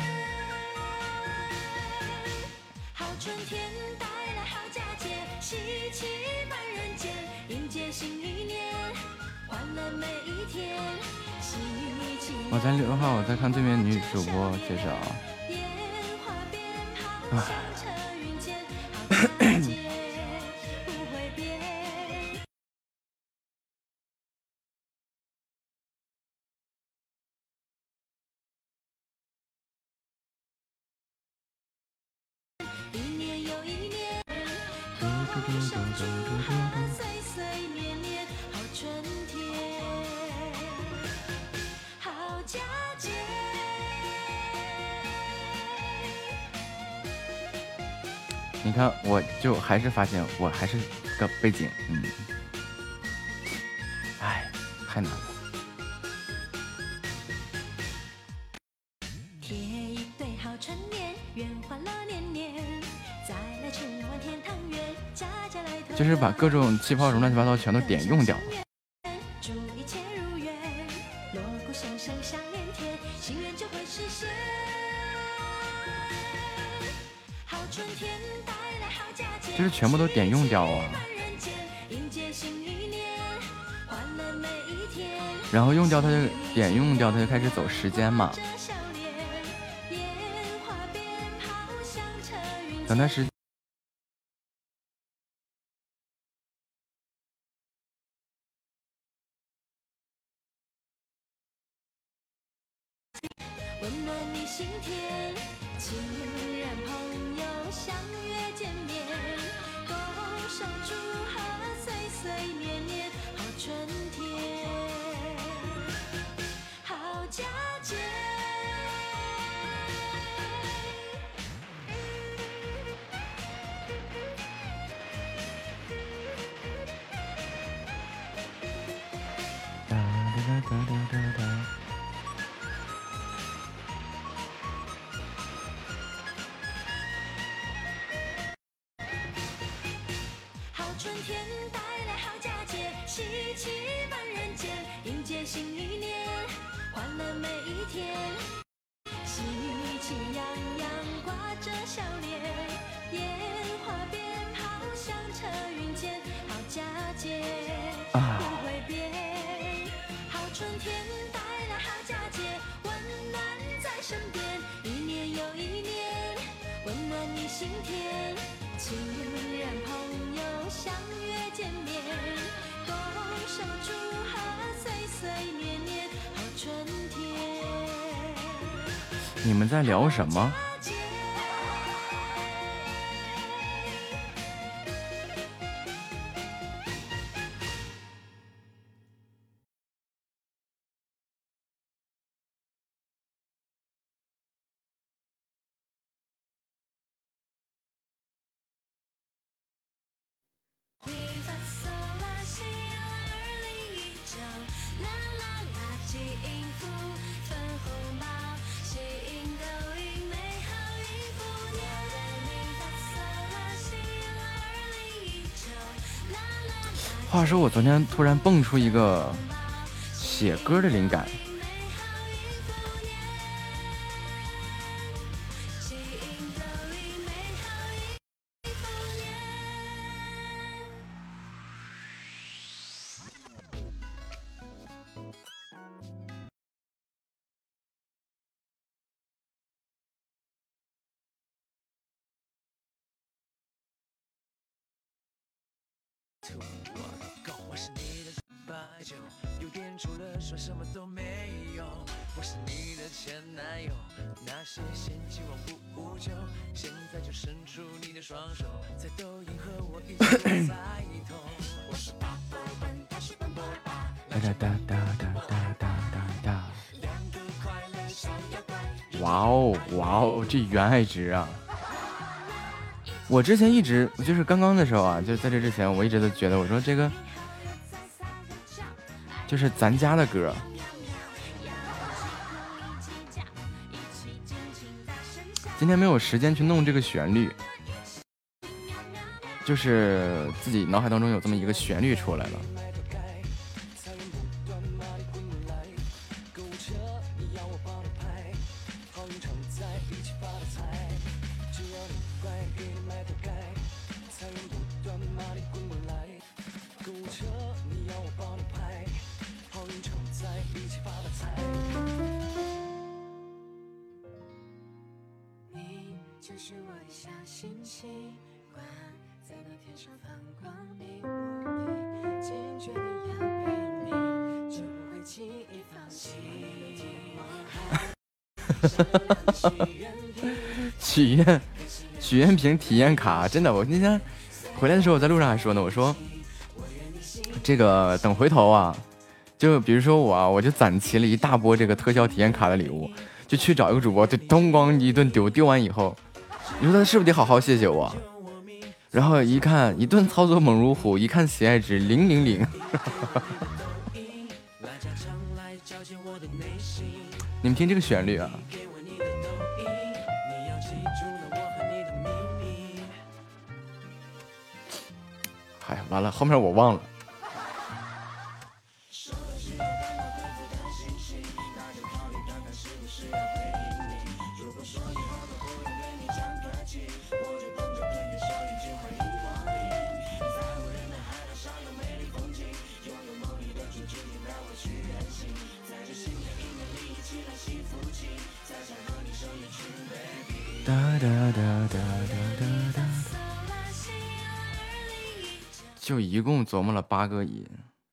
好春天带来好佳节，喜气满人间，迎接新一年，欢乐每一天。
我在6号，我在看对面女主播介绍。
一年又一年，岁岁年年，好春天，好佳节。
你看，我就还是发现我还是个背景，哎，太难了。
贴一对好春联，愿欢乐年年，再来吃碗甜汤圆，家家来团圆。
就是把各种气泡什么乱七八糟全都点用掉。
祝一切如愿，锣鼓声声响连天，心愿就会实现。好春天带来好佳节，
就是全部都点用掉啊。
迎接新一年，欢乐每一天。
然后用掉它就点用掉它就开始走时间嘛。等它时间。
温暖你心田，情人朋友相约见面，拱手祝贺岁岁年年，好春天，好佳节。
哒哒哒哒哒哒。
好春天带来好佳节，喜气满人间，迎接新一年，欢乐每一天。喜气洋洋挂着笑脸，烟花鞭炮响彻云间，好佳节不会变。好春天带来好佳节，温暖在身边，一年又一年，温暖你心田。情人朋友相约见面，拱手祝贺岁岁年年，好春天。
你们在聊什么？话说我昨天突然蹦出一个写歌的灵感，
又点出了说什么都没有，我是你的前男友，那些嫌弃忘不久，现在就伸出你的双手，在抖音和我一起在头。我是大波本，他是本波吧，
哒哒哒哒哒哒哒哒哒。哇哦哇哦，这原爱值啊！我之前一直就是刚刚的时候啊，就在这之前，我一直都觉得，我说这个就是咱家的歌。今天没有时间去弄这个旋律，就是自己脑海当中有这么一个旋律出来了。
就是我的小星星，挂在那天上放光，你我你，坚决的要陪你，就不会轻易放弃。
许愿瓶体验卡，真的，我那天回来的时候，我在路上还说呢，我说这个等回头啊，就比如说我啊，我就攒齐了一大波这个特效体验卡的礼物，就去找一个主播，就咚咣一顿丢，丢完以后。你说他是不是得好好谢谢我？然后一看，一顿操作猛如虎，一看喜爱值000。你们听这个旋律啊！哎呀，完了，后面我忘了。就一共琢磨了8个亿。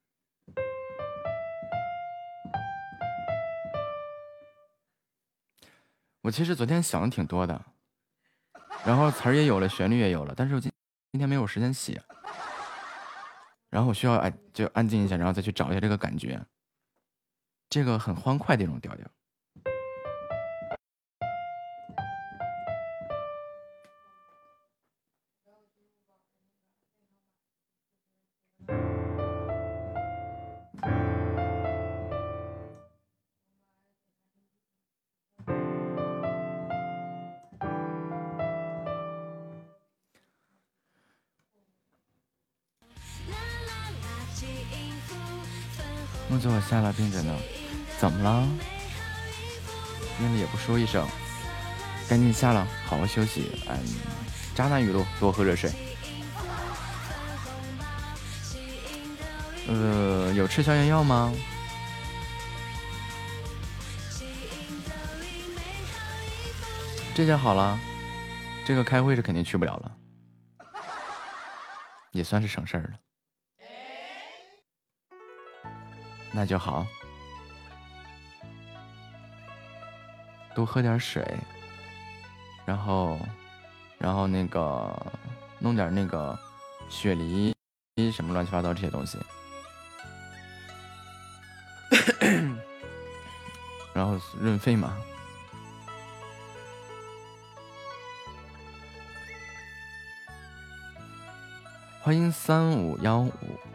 我其实昨天想的挺多的，然后词儿也有了，旋律也有了，但是我今天没有时间写，然后我需要就安静一下，然后再去找一下这个感觉，这个很欢快的一种调调。木子，我下了，病着呢，怎么了？病了也不说一声，赶紧下了，好好休息。渣男语录，多喝热水。有吃消炎药吗？这下好了，这个开会是肯定去不了了，也算是省事儿了。那就好，多喝点水，然后那个弄点那个雪梨什么乱七八糟这些东西，然后润肺嘛。欢迎3515512。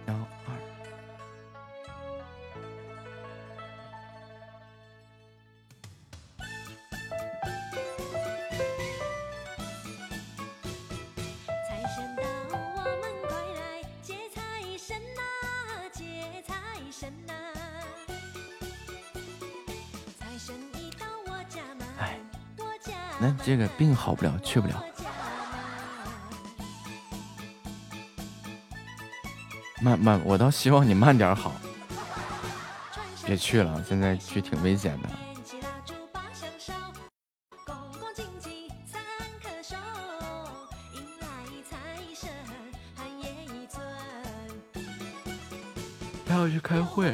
那这个病好不了，去不了。慢，我倒希望你慢点好，别去了，现在去挺危险的。他要去开会。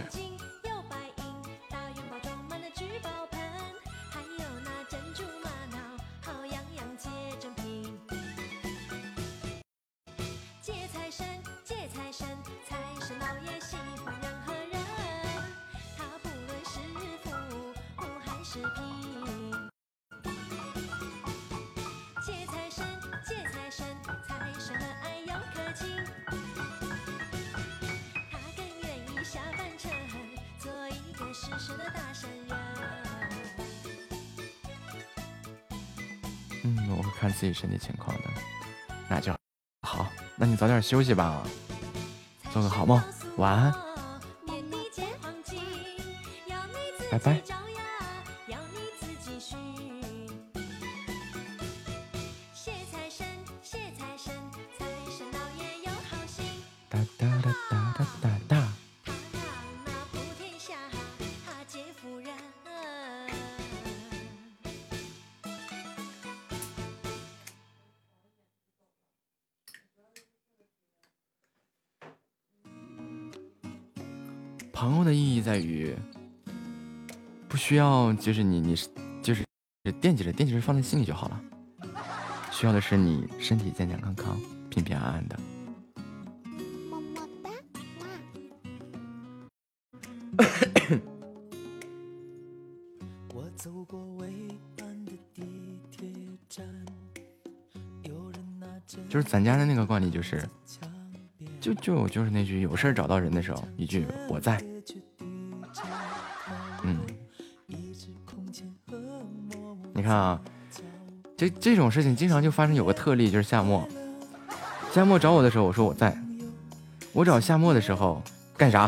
我会看自己身体情况的，那就好。那你早点休息吧，做个好梦，晚安，拜拜。哒哒哒哒哒哒哒。 朋友的意义在于，不需要就是你就是惦记着放在心里就好了，需要的是你身体健健康康、平平安安的。就是咱家的那个惯例，就是就是那句有事找到人的时候，一句我在。你看啊，这种事情经常就发生，有个特例就是夏末找我的时候，我说我在；我找夏末的时候干啥？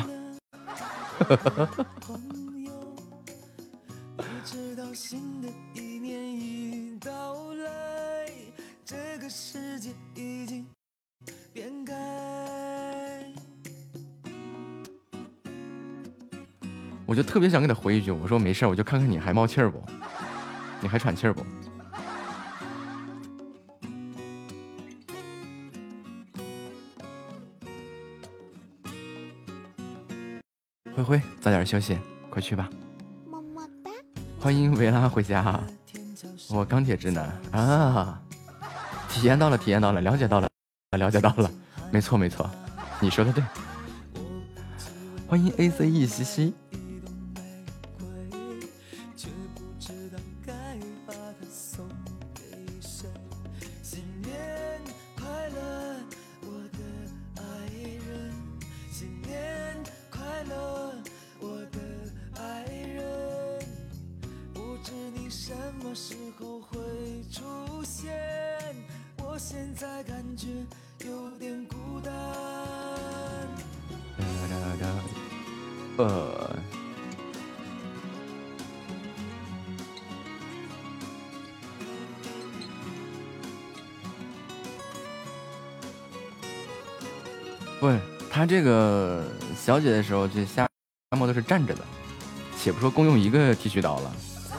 我就特别想给他回一句，我说没事，我就看看你还冒气儿不，你还喘气儿不？灰灰，早点休息，快去吧。欢迎维拉回家，我钢铁直男啊！体验到了，了解到了，没错，你说的对。欢迎 ACE 西西。不是他这个小姐的时候，这夏末都是站着的，且不说共用一个剃须刀了。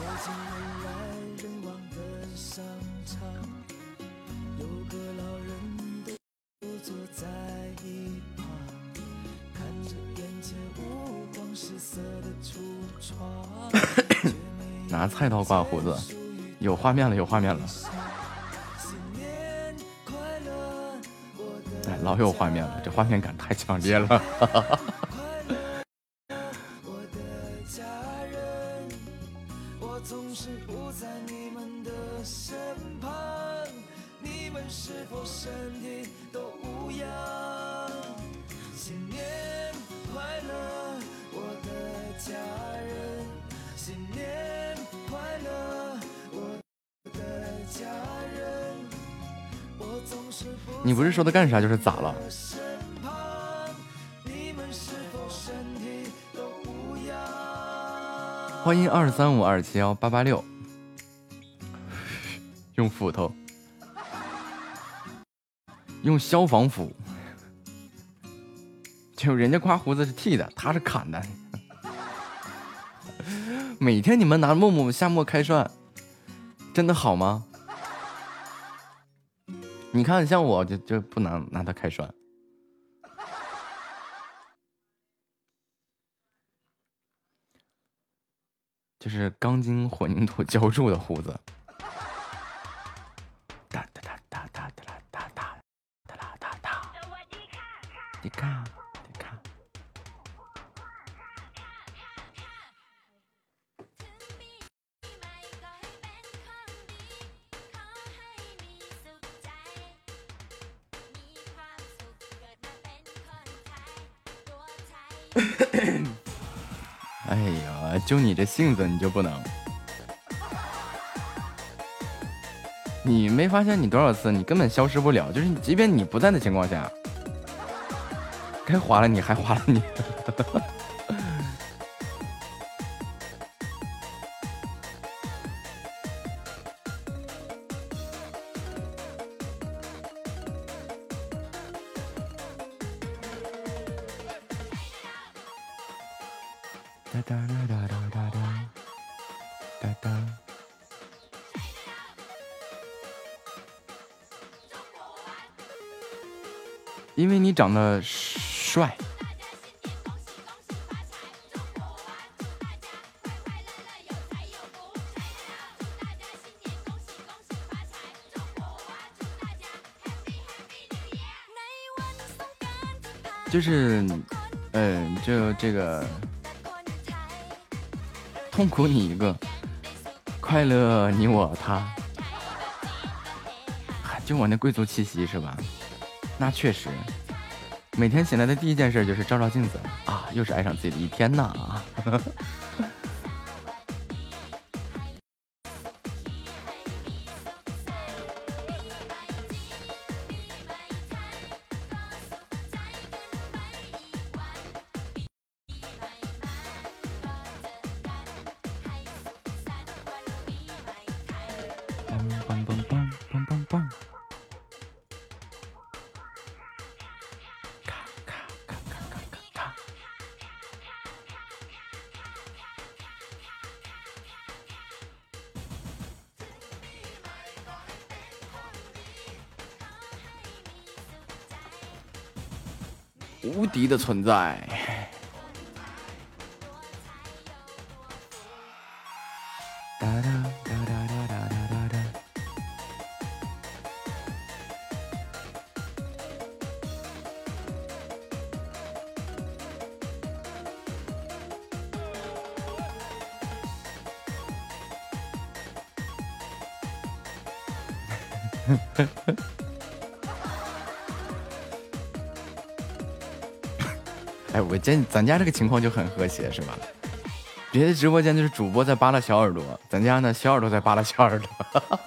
拿菜刀刮胡子，有画面了。哎，老有画面了，这画面感太强烈了。你不是说的干啥就是咋了？欢迎235271886，用斧头，用消防斧，就人家刮胡子是剃的，他是砍的。每天你们拿默默夏末开涮，真的好吗？你看，像我就不能拿它开涮，就是钢筋混凝土浇筑的胡子。哒哒哒哒哒哒哒哒哒哒哒哒，你看，你看。哎呀，就你这性子，你就不能？你没发现你多少次，你根本消失不了，就是即便你不在的情况下，该划了你还划了你。哒哒哒哒哒哒哒哒。因为你长得帅， 就是，就这个痛苦你一个，快乐你我他，就我那贵族气息是吧？那确实，每天醒来的第一件事就是照照镜子啊，又是爱上自己的一天呐。无敌的存在。哒哒哒哒哒哒哒哒。哎，咱家这个情况就很和谐，是吧？别的直播间就是主播在扒拉小耳朵，咱家呢小耳朵在扒拉小耳朵，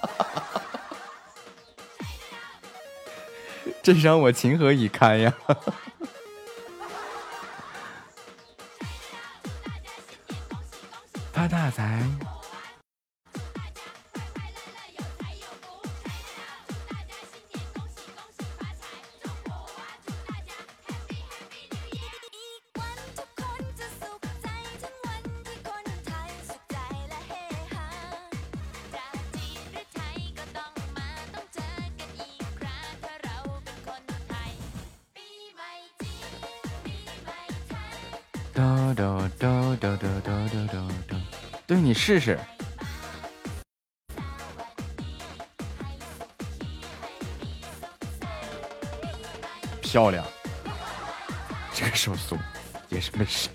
这让我情何以堪呀！发大财！对，你试试。漂亮，这个手速也是没事。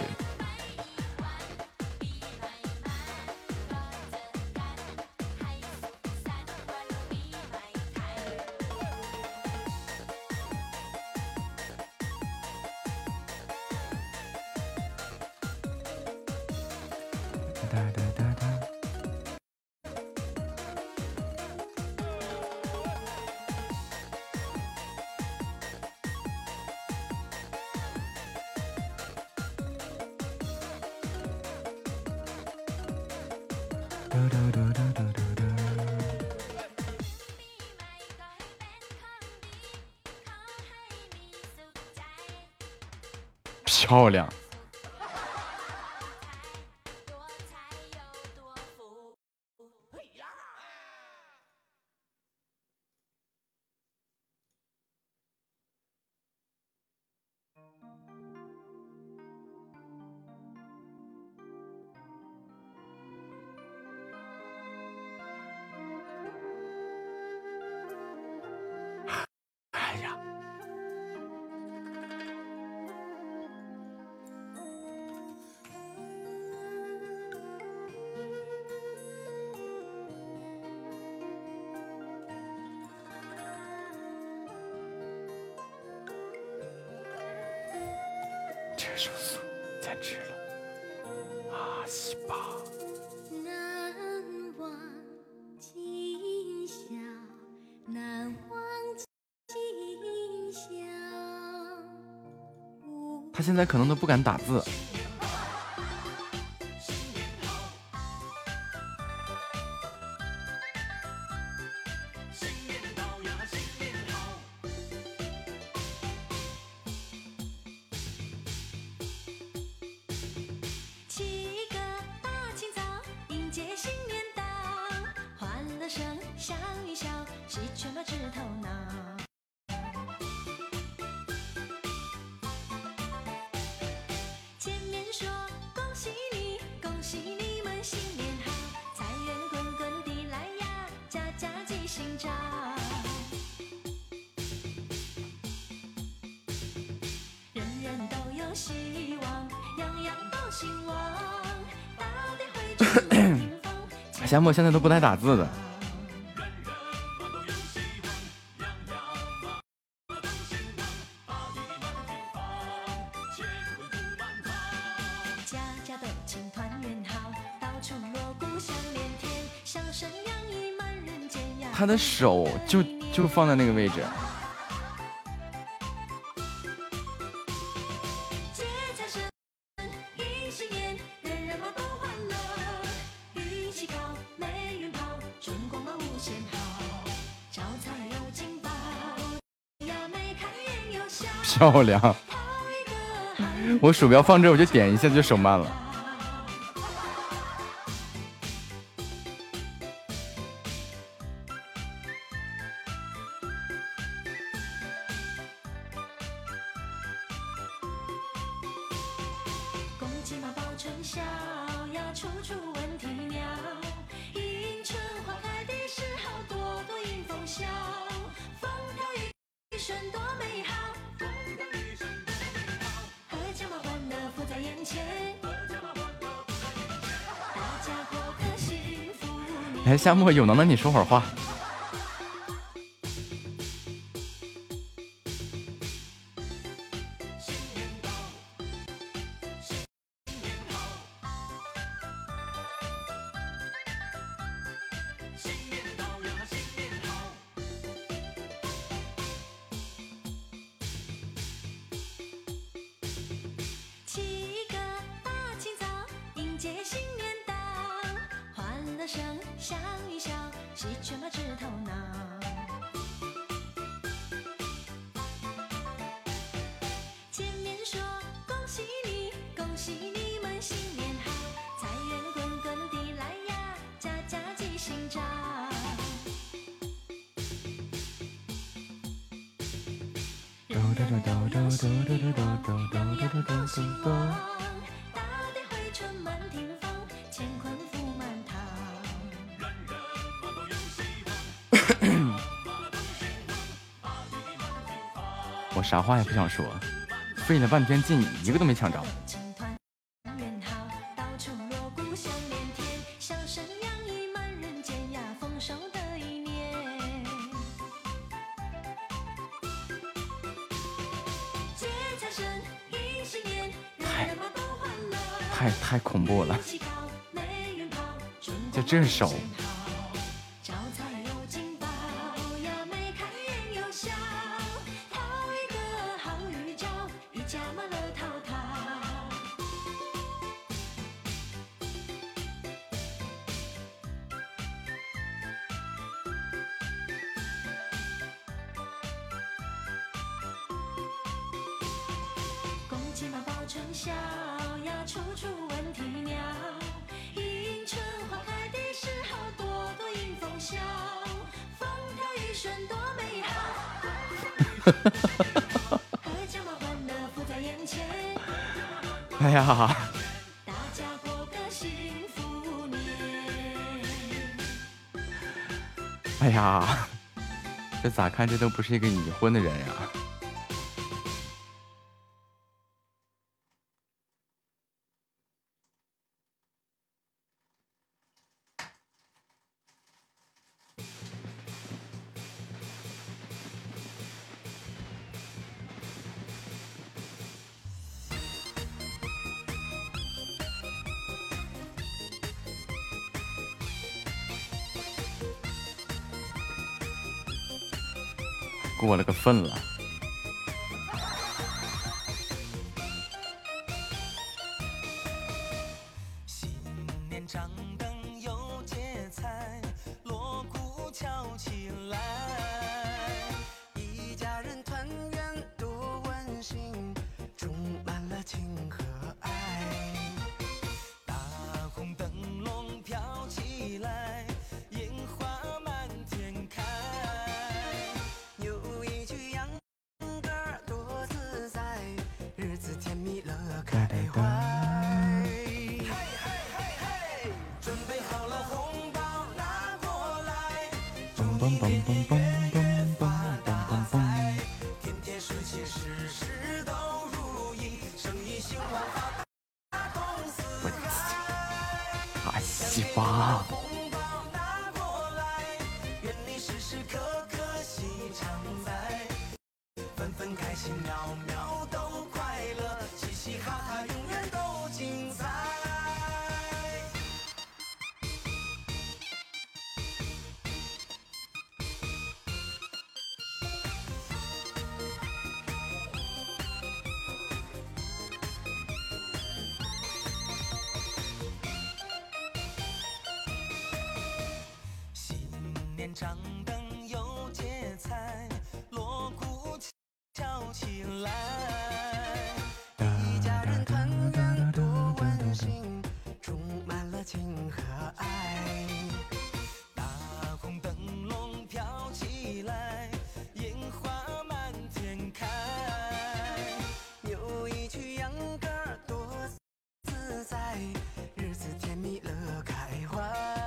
漂亮。哎呀！这手速简直了啊！西巴。
难忘今宵，难忘今宵。
他现在可能都不敢打字。
起个大清早，迎接新年到，欢乐声笑一笑，喜全把枝头挠。前面说恭喜你，恭喜你们新年好，财源滚滚地来呀，家家吉星照。人人
夏沫现在都不带打字的。他的手就放在那个位置。漂亮！我鼠标放这，我就点一下就手慢了。哎，夏沫有能耐你说会儿话。我啥话也不想说，费了半天劲，一个都没抢着。太恐怖了，就这手。哎呀！哎呀，这咋看这都不是一个已婚的人呀！过了个分了。
新年张灯有节彩，锣鼓敲起来，一家人团圆多温馨，充满了情和爱。大红灯笼飘起来，烟花满天开。有一句洋歌多自在，日子甜蜜乐开怀。嘿嘿嘿嘿，准备好了红包拿过来，祝你年年月月发大财，天天事事事事都如意，生意兴旺发大通
启发。
纷纷开心，秒秒都快乐，嘻嘻哈哈，永远都精彩。新年张灯有节彩，锣鼓敲起来，一家人团圆多温馨，充满了情和爱。大红灯笼飘起来，烟花满天开，有一曲秧歌多自在，日子甜蜜乐开怀。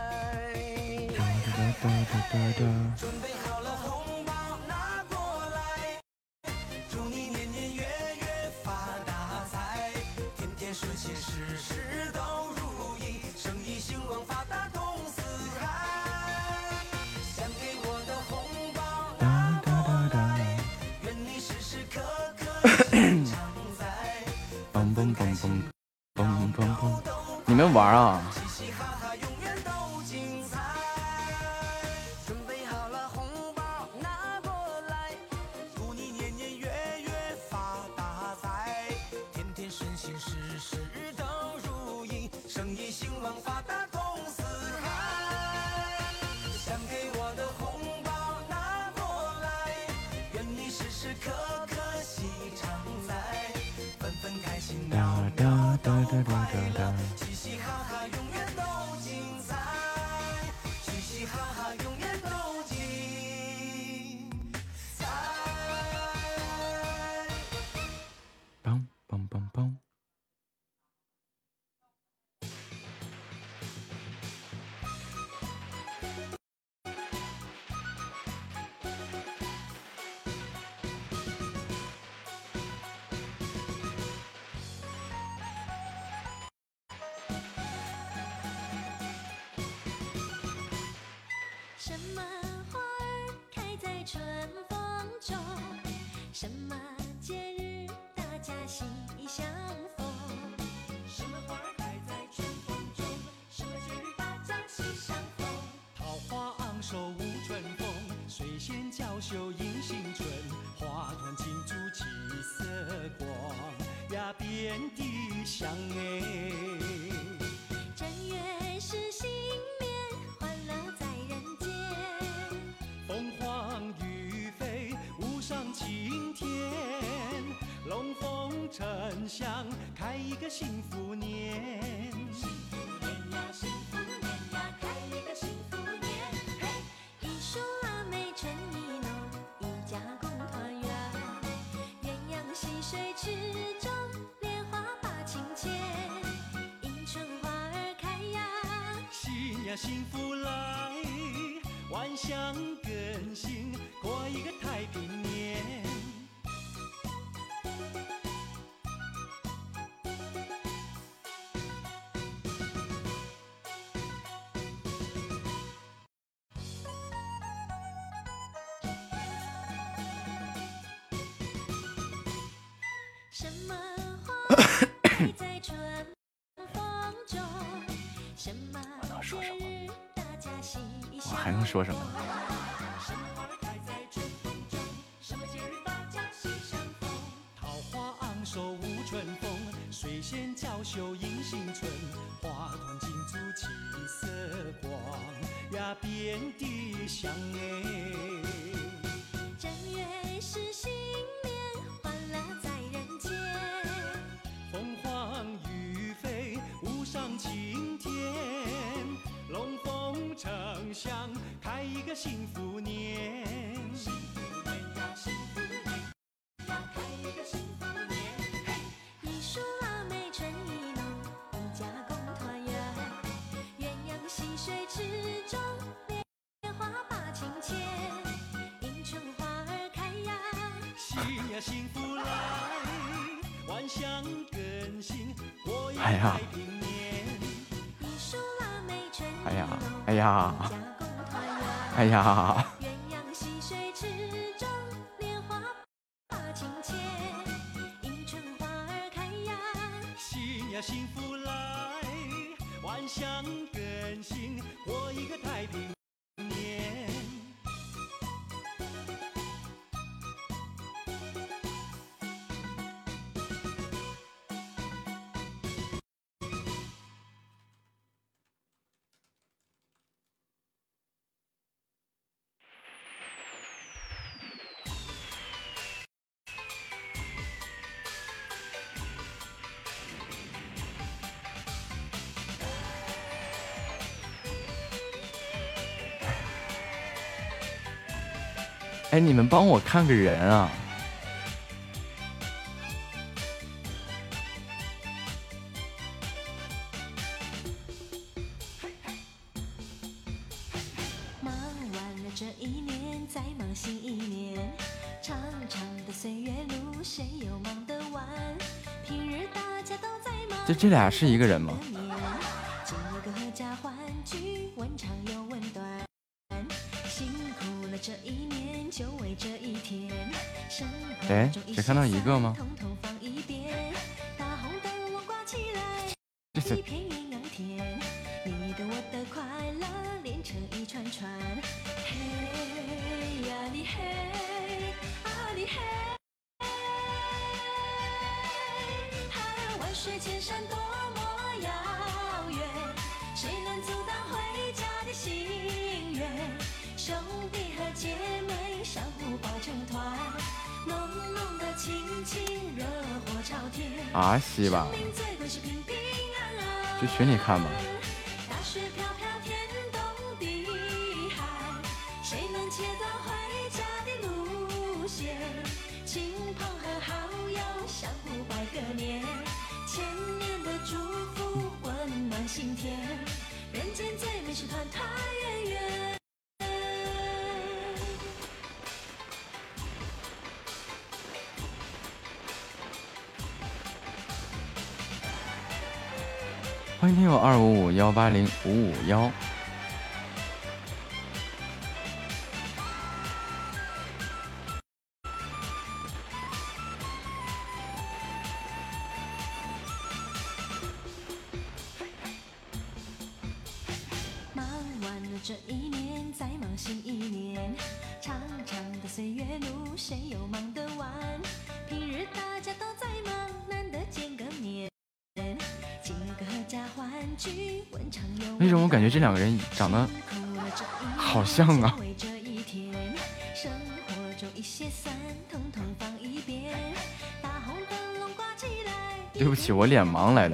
准备好了红包拿过来，祝你年年月月发大财，天天顺心事事都如意，生意兴旺发达通四海。想给我的红包拿过来，愿你时时刻刻心常在。
嘣嘣嘣嘣嘣嘣嘣！你们玩啊？
嘻嘻哈哈，永远都精彩。嘻嘻哈哈，永远都精彩。
梆梆梆梆。
什么花儿开在春风中？什么节日大家喜相逢？什么花儿开在春风中？什么节日大家喜相逢？
桃花昂首舞春风，水仙娇羞迎新春，花团锦簇起色光呀，遍地香哎。
正月是新年，欢乐在人间。
凤凰于飞，舞上青天，龙凤呈祥，开一个幸福年。
幸福年呀，幸福年呀，开一个幸福年。嘿，一树腊梅春意浓，一家共团圆。鸳鸯戏水池中，莲花把情牵。迎春花儿开呀，
新呀幸福来，万象更新，过一个太平年。
什么花开在春风中？什么节日大家喜相
我还能说什么？
什么花儿开在春风中？什么节日大家喜相逢？
桃花昂首舞春风，水仙娇羞迎新春，花团锦簇起色光呀，遍地香哎。
正月是新年，欢乐在人间。
凤凰于飞，舞上青天，龙凤呈祥，开一个幸福年。
幸福年呀，幸福年呀，开一个幸福年。嘿，一树腊梅春意浓，一家共团圆。鸳鸯戏水池中，莲花把情牵。迎春花儿开呀，
新呀幸福来，万象更新，过一个
哎呀
太平年。
一树腊梅春
哎呀，哎呀，
心呀幸福来，万象更新，过一个太平年。
哎，你们帮我看个人啊！
忙完了这一年，再忙新一年，长长的岁月路，谁又忙得完？平日大家都在忙，
这俩是一个人吗？
今有个合家欢聚，文长又文短，辛苦了这一年，就为这一天。
哎，只看到一个吗？这是。
你的我的快乐连成一串串，嘿呀哩嘿，啊哩嘿，万水千山多么遥远，谁能阻挡回家的心愿？兄弟和姐妹相互抱成团，浓浓的亲情热火朝天。
啊西吧，去群里看吧。
大雪飘飘天东地海，谁能切断回家的路线？亲朋和好友相互拜个年，千年的祝福温暖心田，人间最美是团团圆圆。
欢迎听友255180551。
忙完了这一年，再忙新一年，长长的岁月路，谁又忙得完？平日大家都在忙，难得见个面。
为什么我感觉这两个人长得好像啊？对不起，我脸盲来的。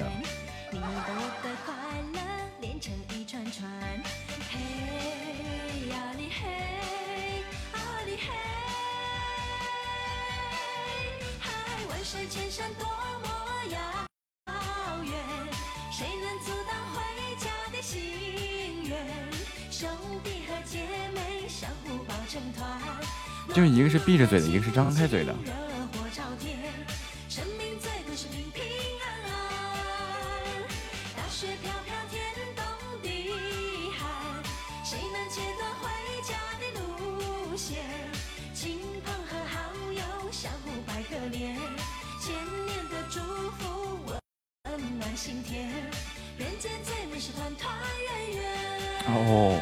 就是一个是闭着嘴的，一个是张开嘴的。哦。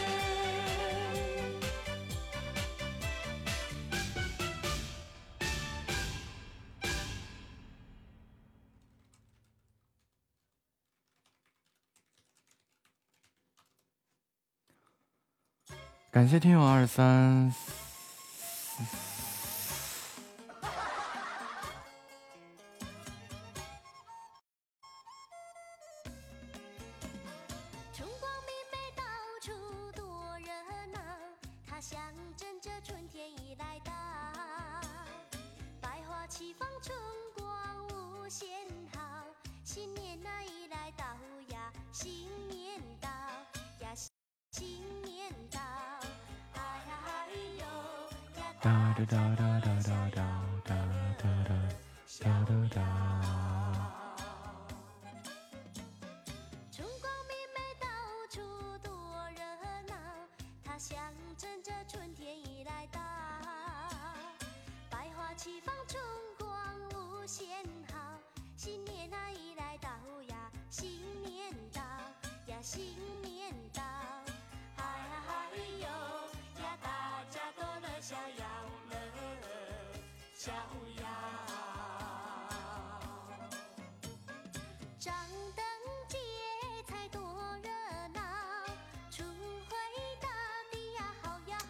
感谢听友23。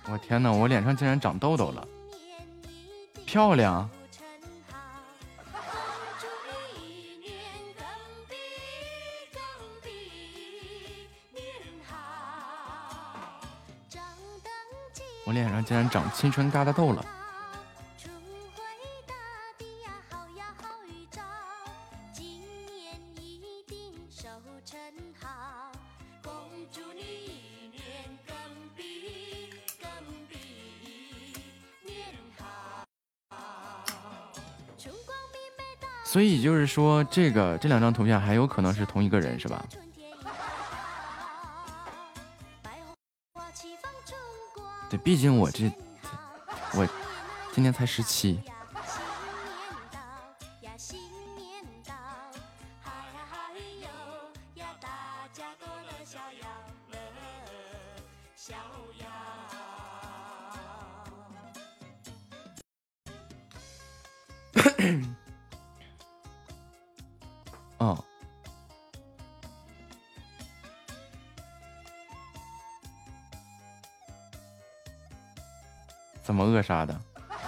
我天哪，我脸上竟然长痘痘了，漂亮。我脸上竟然长青春疙瘩痘了。所以就是说，这两张图片还有可能是同一个人，是吧？对，毕竟我今年才17。哦，怎么扼杀的？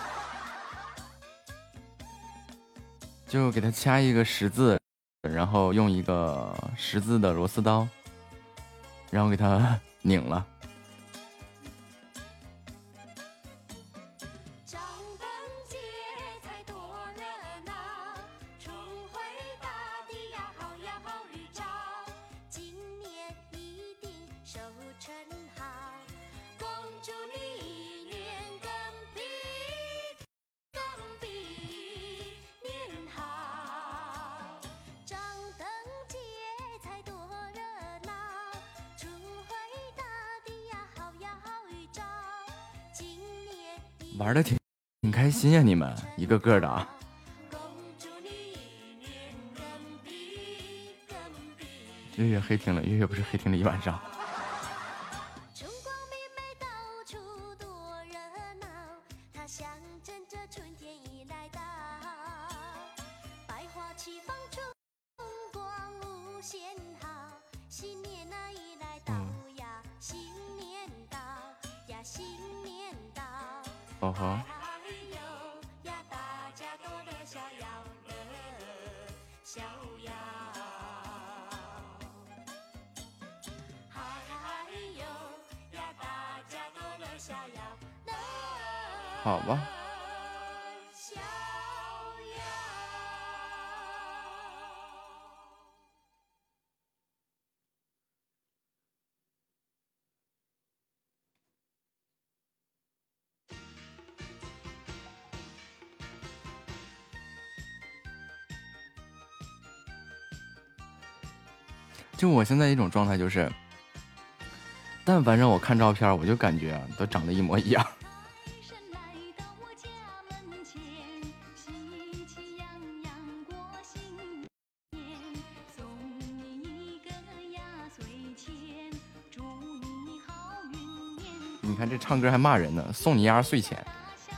就给它掐一个十字，然后用一个十字的螺丝刀，然后给它拧了。玩的挺开心呀，你们一个个的啊！月月黑听了，月月不是黑听了一晚上。哦吼。好吧。就我现在一种状态就是，但凡让我看照片，我就感觉都长得一模一样。你看这唱歌还骂人呢，送你丫岁钱。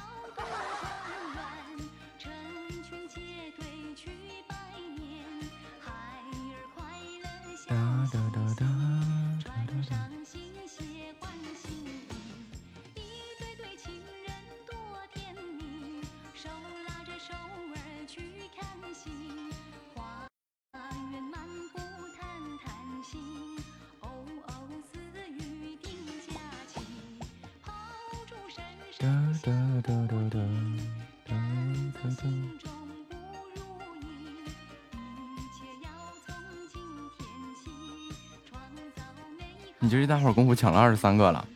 你这一大会儿功夫抢了23个了。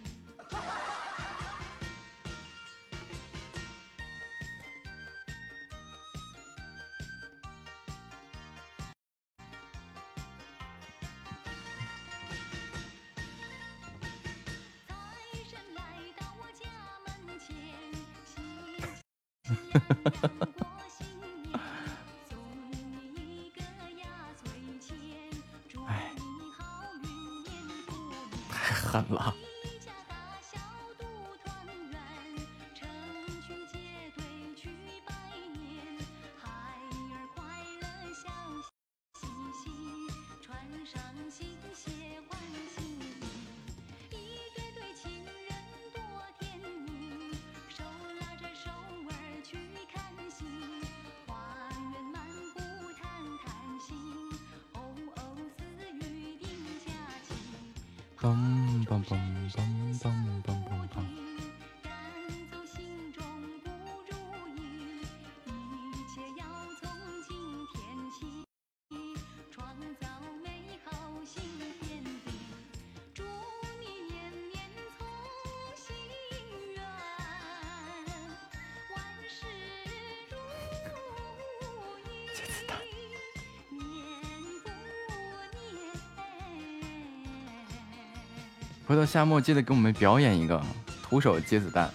哎，太狠了。 梆梆梆梆梆梆梆梆。回头夏末记得给我们表演一个徒手接子弹。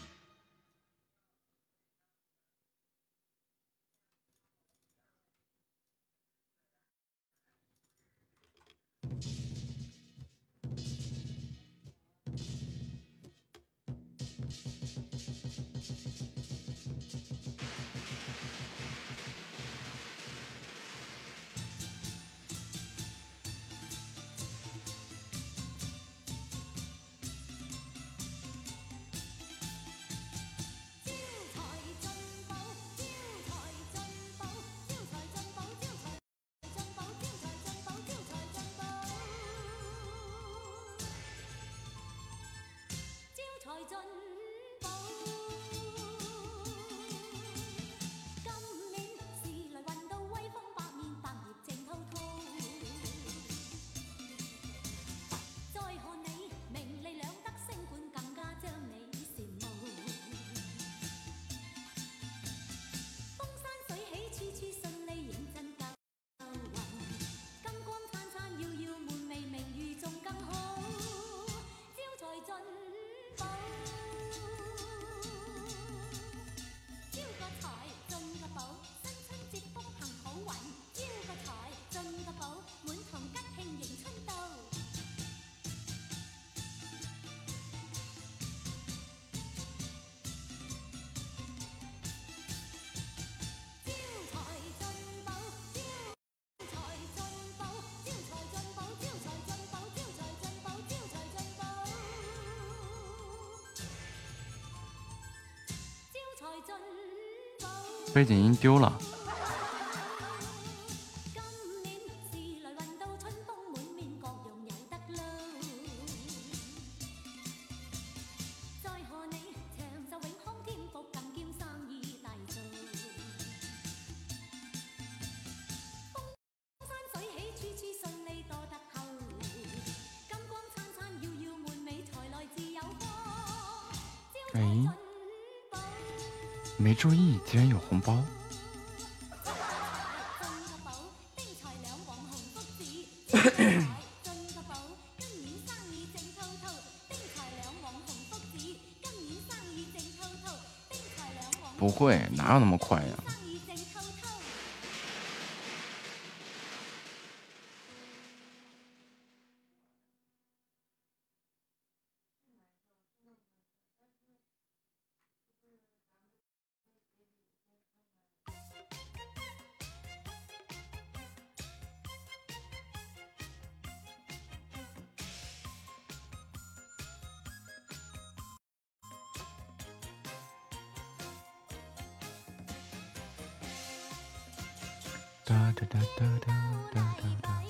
背景音丢了。哎，没注意，竟然有红包。不会，哪有那么快呀？哒哒哒哒哒哒哒哒。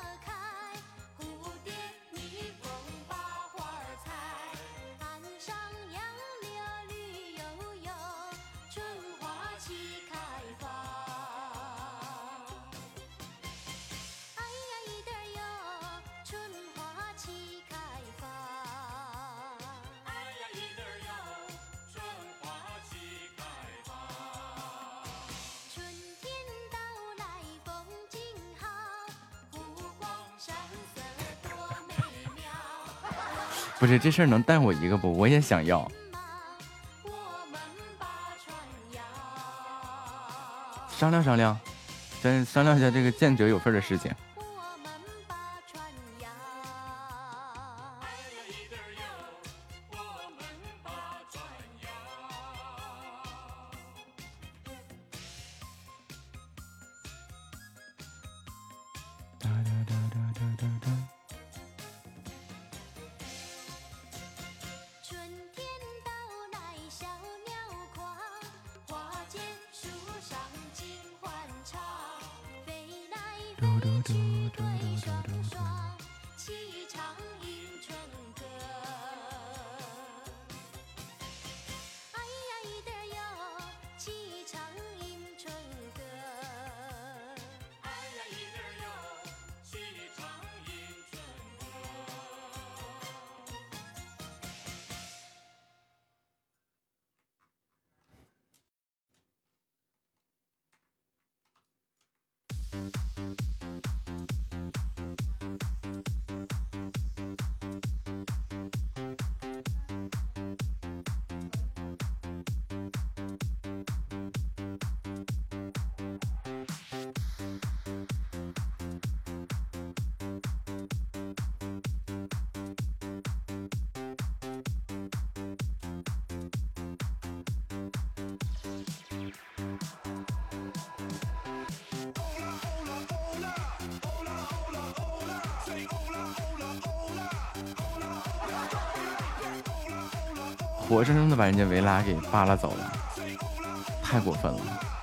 不是这事儿能带我一个不？我也想要。商量商量，咱商量一下这个见者有份的事情。 活生生的把人家维拉给扒拉走了，太过分了。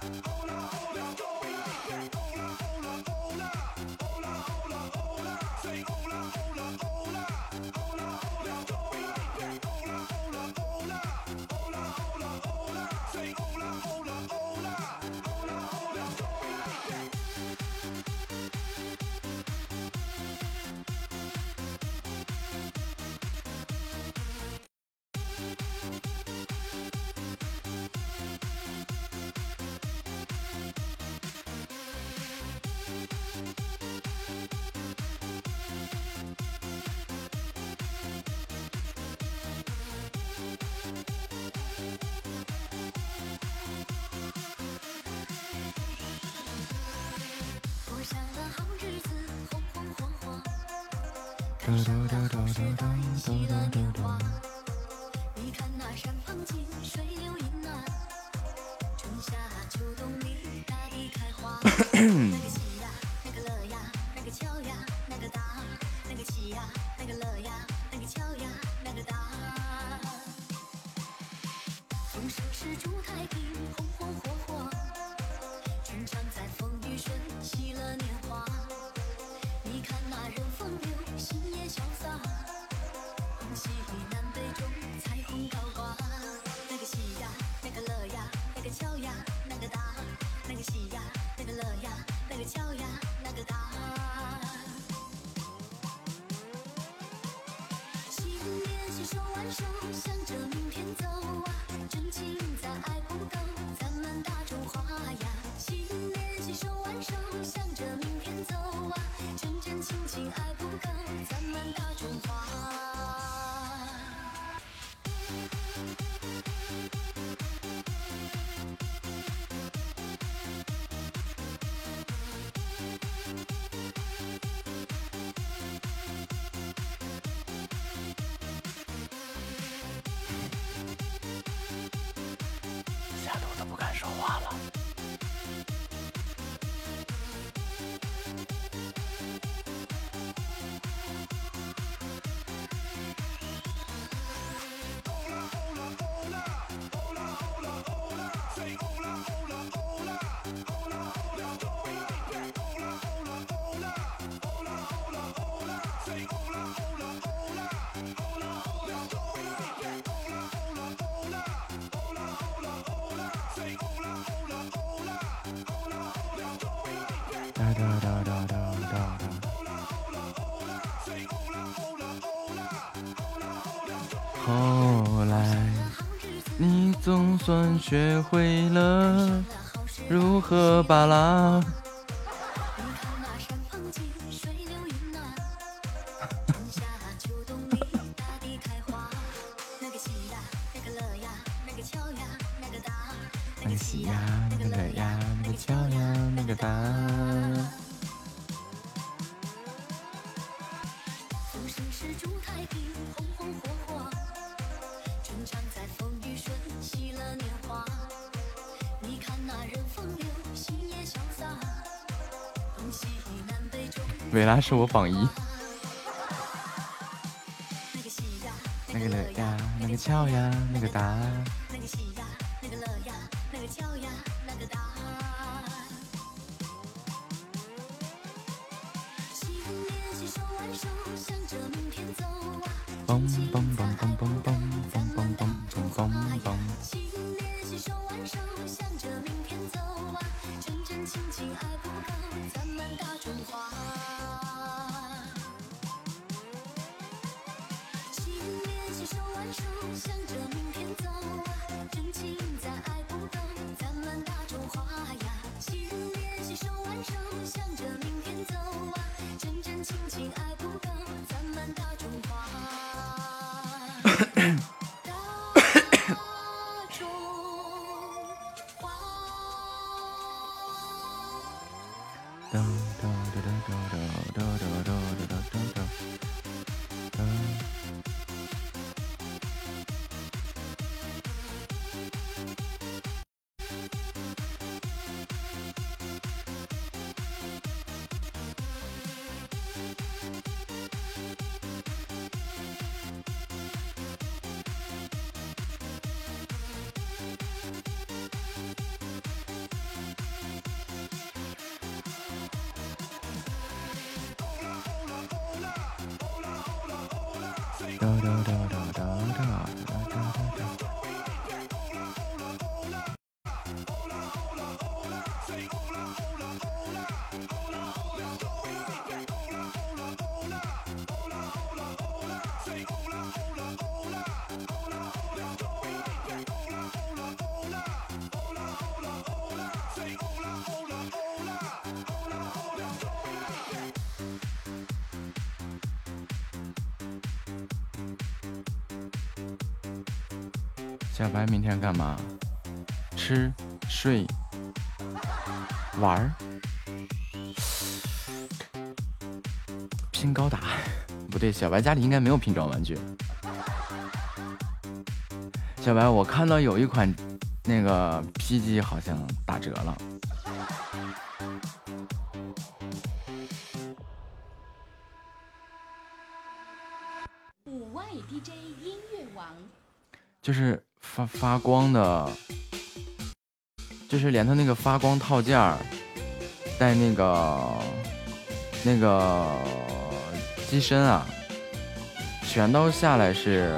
后来，你总算学会了如何巴拉。那个喜呀，那个乐呀，那个俏呀，那个哒。维拉是我榜一。那个乐呀，那个俏呀，那个哒。嘣嘣嘣嘣嘣嘣嘣嘣嘣嘣嘣嘣。 小白明天干嘛？吃、睡、玩儿，拼高达？不对，小白家里应该没有拼装玩具。小白，我看到有一款那个 PG 好像打折了。
5位 DJ 音乐王，
就是发光的，就是连它那个发光套件儿带那个机身啊，全都下来是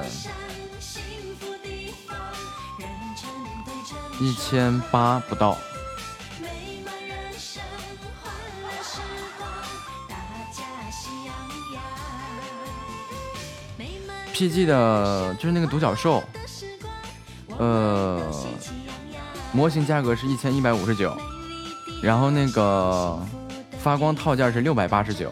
1800不到。PG 的就是那个独角兽，模型价格是1159，然后那个发光套件是689。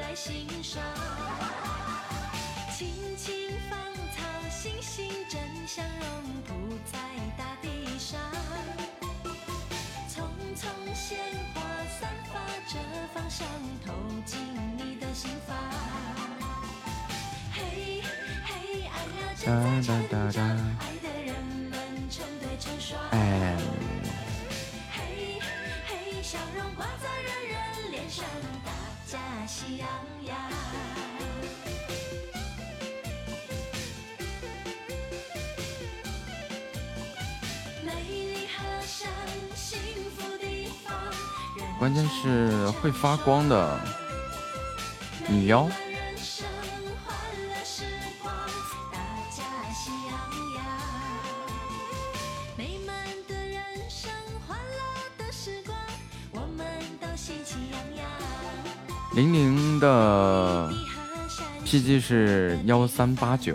关键是会发光的女妖。00的 PG 是1389，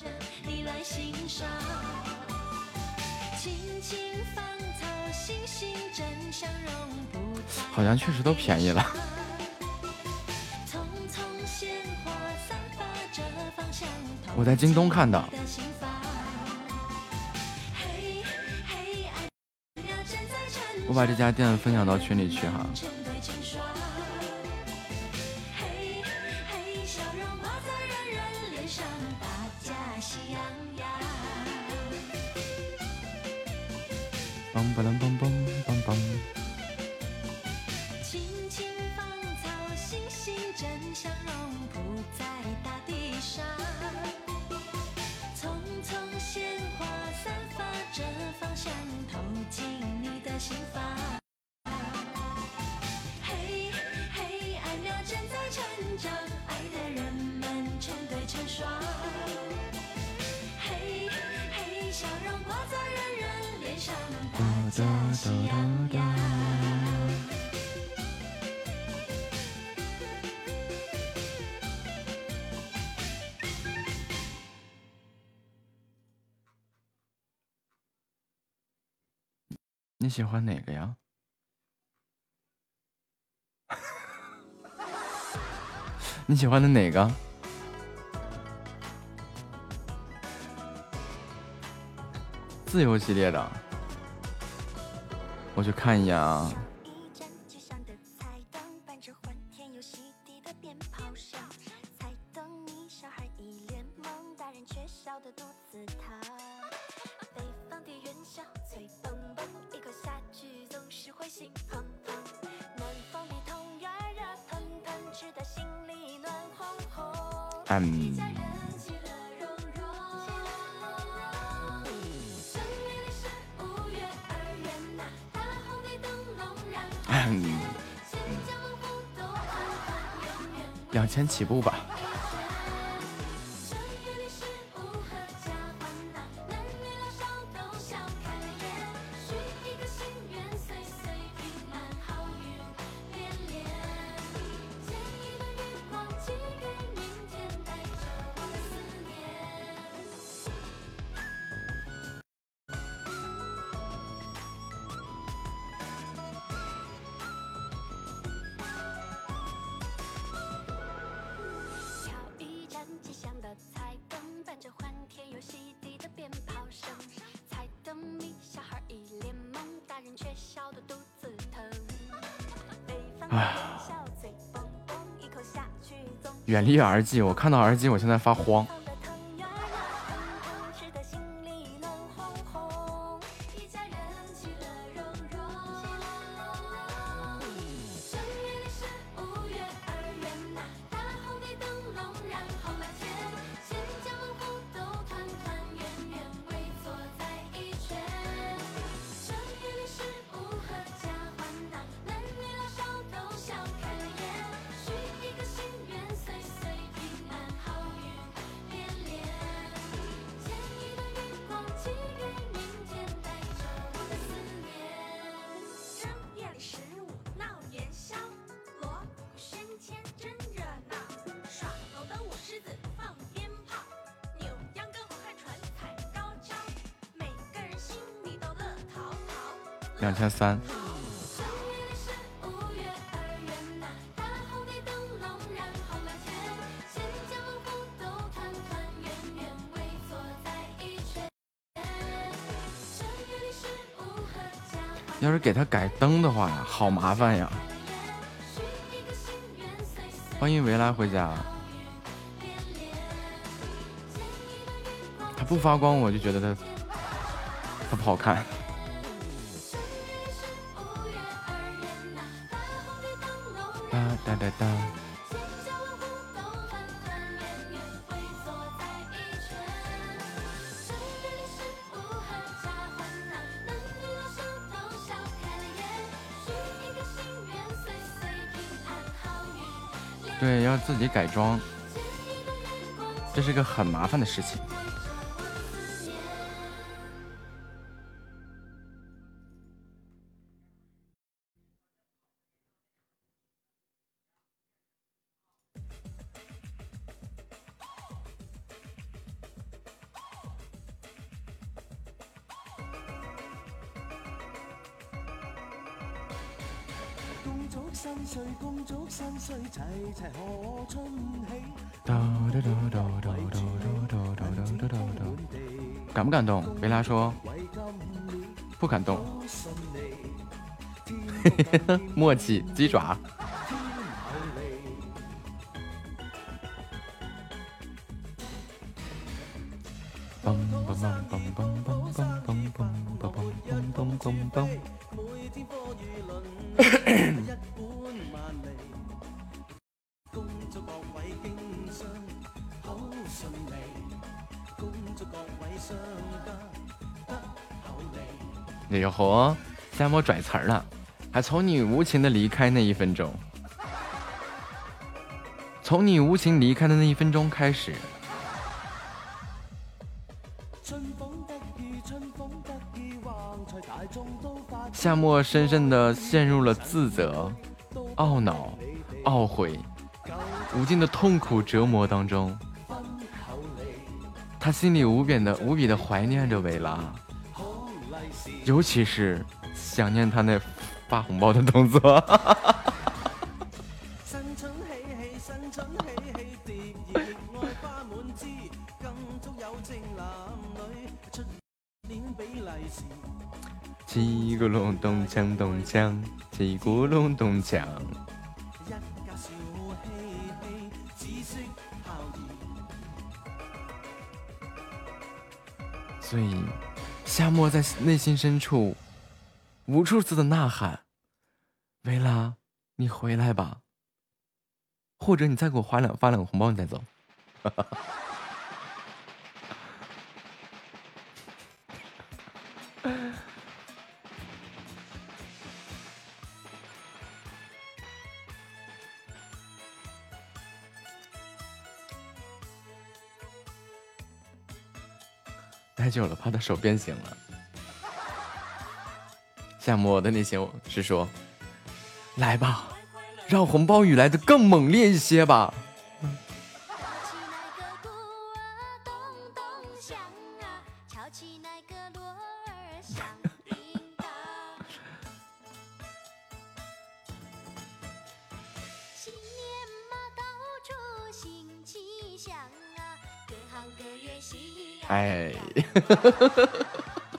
好像确实都便宜了。我在京东看的。我把这家店分享到群里去哈。梆梆啷梆梆梆梆。你喜欢哪个呀？你喜欢的哪个？自由系列的，我去看一眼啊。2000起步吧。 哎，远离儿记，我看到儿记，我现在发慌。2300。要是给他改灯的话呀，好麻烦呀！欢迎维拉回家。他不发光，我就觉得他不好看。哒哒哒。对，要自己改装，这是个很麻烦的事情。感不感动？维拉说不感动。默契鸡爪。哎呦吼，夏末拽词儿了，还从你无情的离开那一分钟，从你无情离开的那一分钟开始，夏末深深的陷入了自责、懊恼、懊悔、无尽的痛苦折磨当中，他心里无比的怀念着维拉。尤其是想念他那发红包的动作。叽咕隆咚锵咚锵，叽咕隆咚锵。所以夏末在内心深处无数次的呐喊：维拉，你回来吧，或者你再给我发两个红包你再走。太久了，怕他手变形了。夏末的内心是说：来吧，让红包雨来的更猛烈一些吧。哎，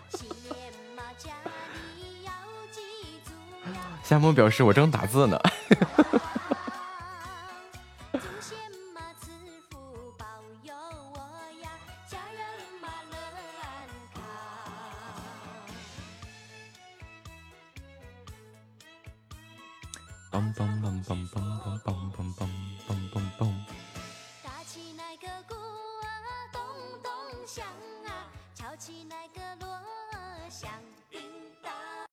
夏末表示我正打字呢。 梆梆梆梆梆梆梆梆梆梆梆梆。
打起那个鼓啊，咚咚响啊，敲起那个锣响叮当。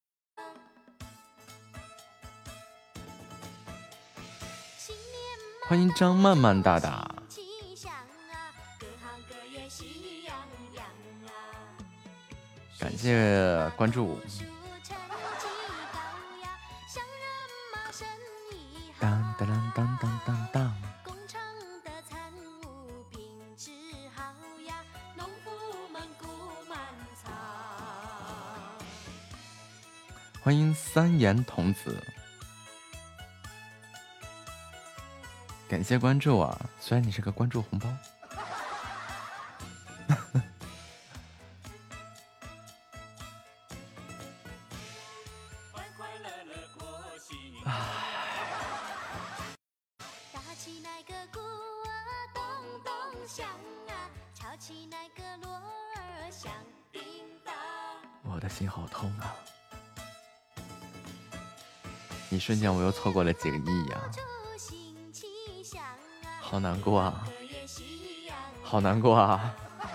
新年
欢迎张曼曼大大，
气象啊，各行各业喜洋洋啊。
感谢关注。当当当当当当当。
工厂的产物品质好呀，农夫们谷满仓。
欢迎三言童子，感谢关注啊！虽然你是个关注红包。我的心好痛啊！一瞬间我又错过了几个亿呀，好难过啊，好难过啊！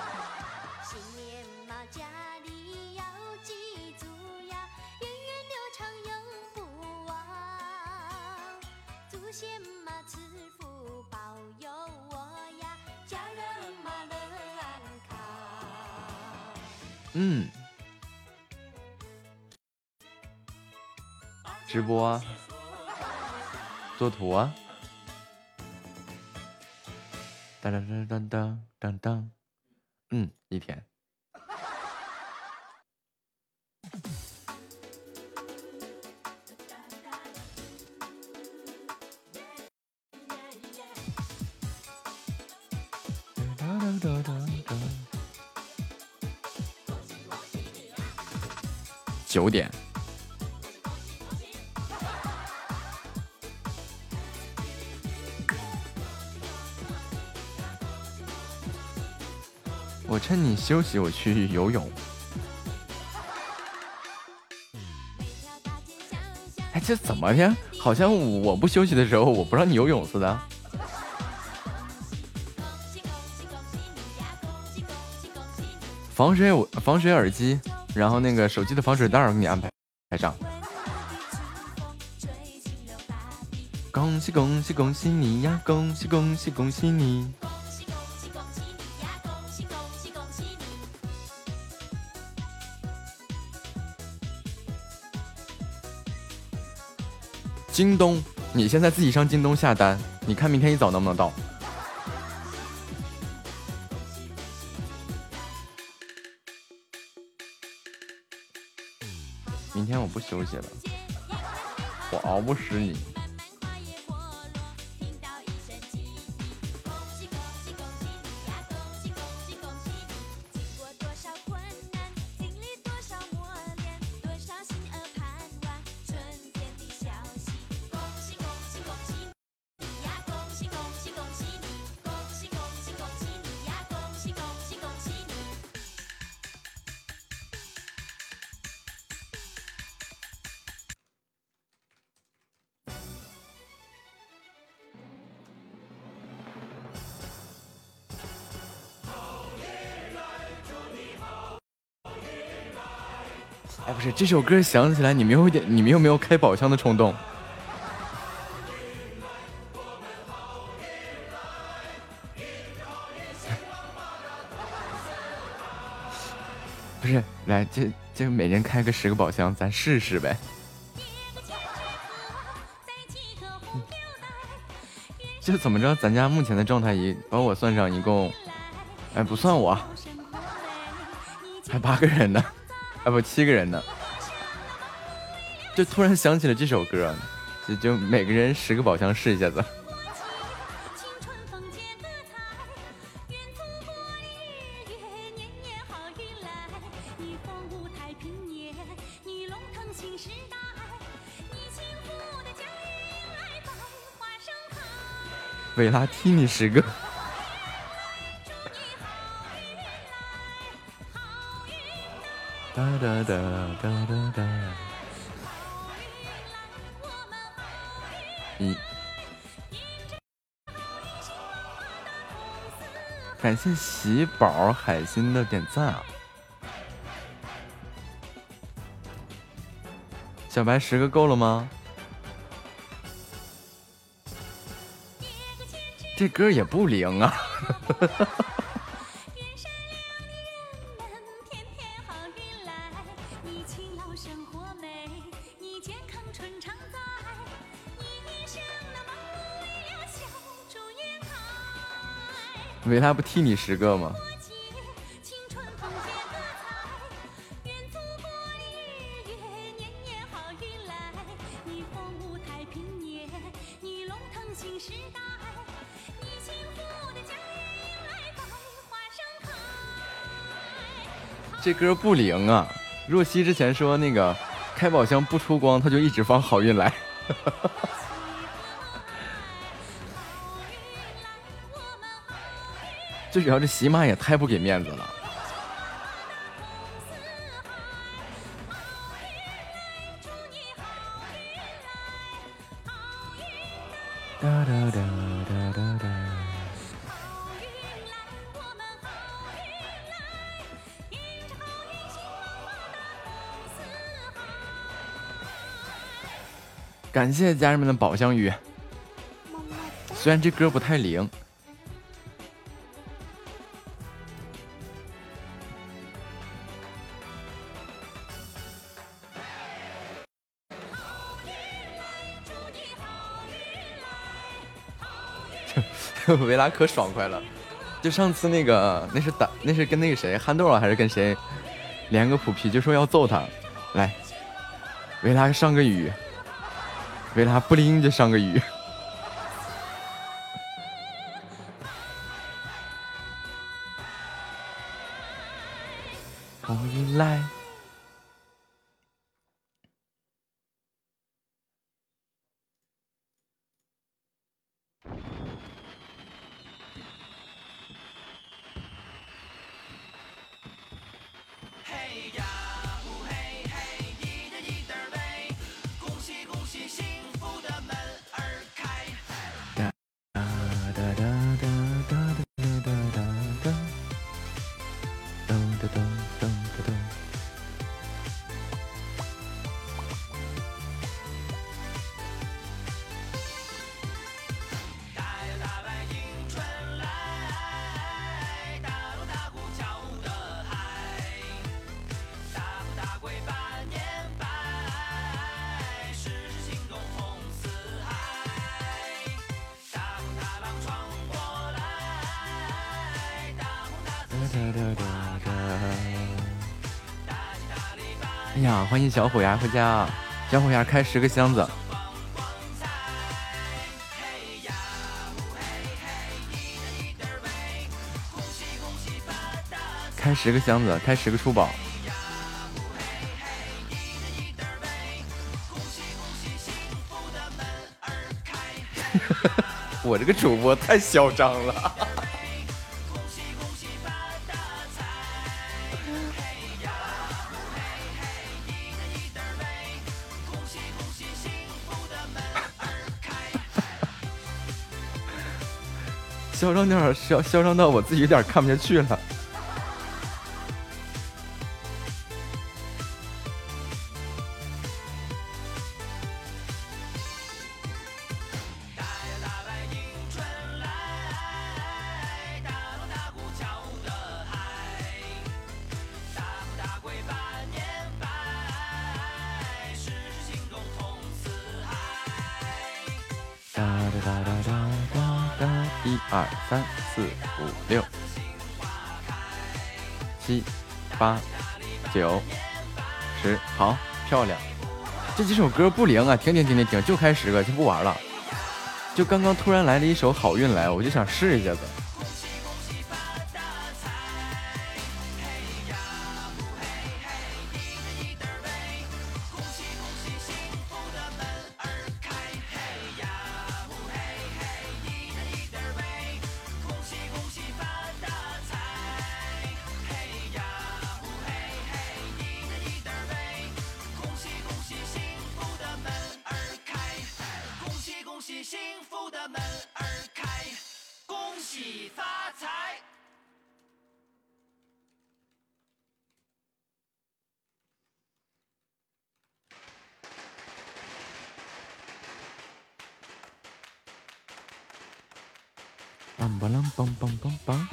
嗯，直播啊，做图啊，当当当当当当当，嗯，一天。9点。我趁你休息，我去游泳。哎，这怎么的？好像我不休息的时候，我不让你游泳似的。防水耳机，然后那个手机的防水袋我给你安排上。恭喜恭喜恭喜你呀！恭喜恭喜恭喜你！京东，你现在自己上京东下单，你看明天一早能不能到？明天我不休息了，我熬不死你。哎，不是这首歌想起来，你们有没有开宝箱的冲动？不是，来这每人开个10个宝箱，咱试试呗。就怎么着，咱家目前的状态把我算上，一共，哎，不算我，还8个人呢。啊不，7个人呢，就突然想起了这首歌，就每个人10个宝箱试一下子。 维拉踢你10个。哒哒哒哒哒哒。感谢喜宝海星的点赞啊！小白10个够了吗？这歌也不灵啊！维拉不踢你10个吗？这歌不灵啊！若曦之前说那个开宝箱不出光，他就一直放好运来。最主要这喜马也太不给面子了。哒哒哒哒哒哒。感谢家人们的宝箱鱼，虽然这歌不太灵。维拉可爽快了，就上次那个那是跟那个谁憨豆啊还是跟谁连个普皮，就说要揍他，来，维拉上个雨，维拉不灵就上个雨。好运来。哎呀，欢迎小虎牙回家！小虎牙开10个箱子，开10个箱子，开10个出宝。我这个主播太嚣张了。嚣张到我自己有点看不下去了。1、2、3、4、5、6、7、8、9、10，好漂亮！这几首歌不灵啊，停，就开10个就不玩了。就刚刚突然来了一首好运来，我就想试一下子。
喜发财。
梆梆啷梆梆梆梆。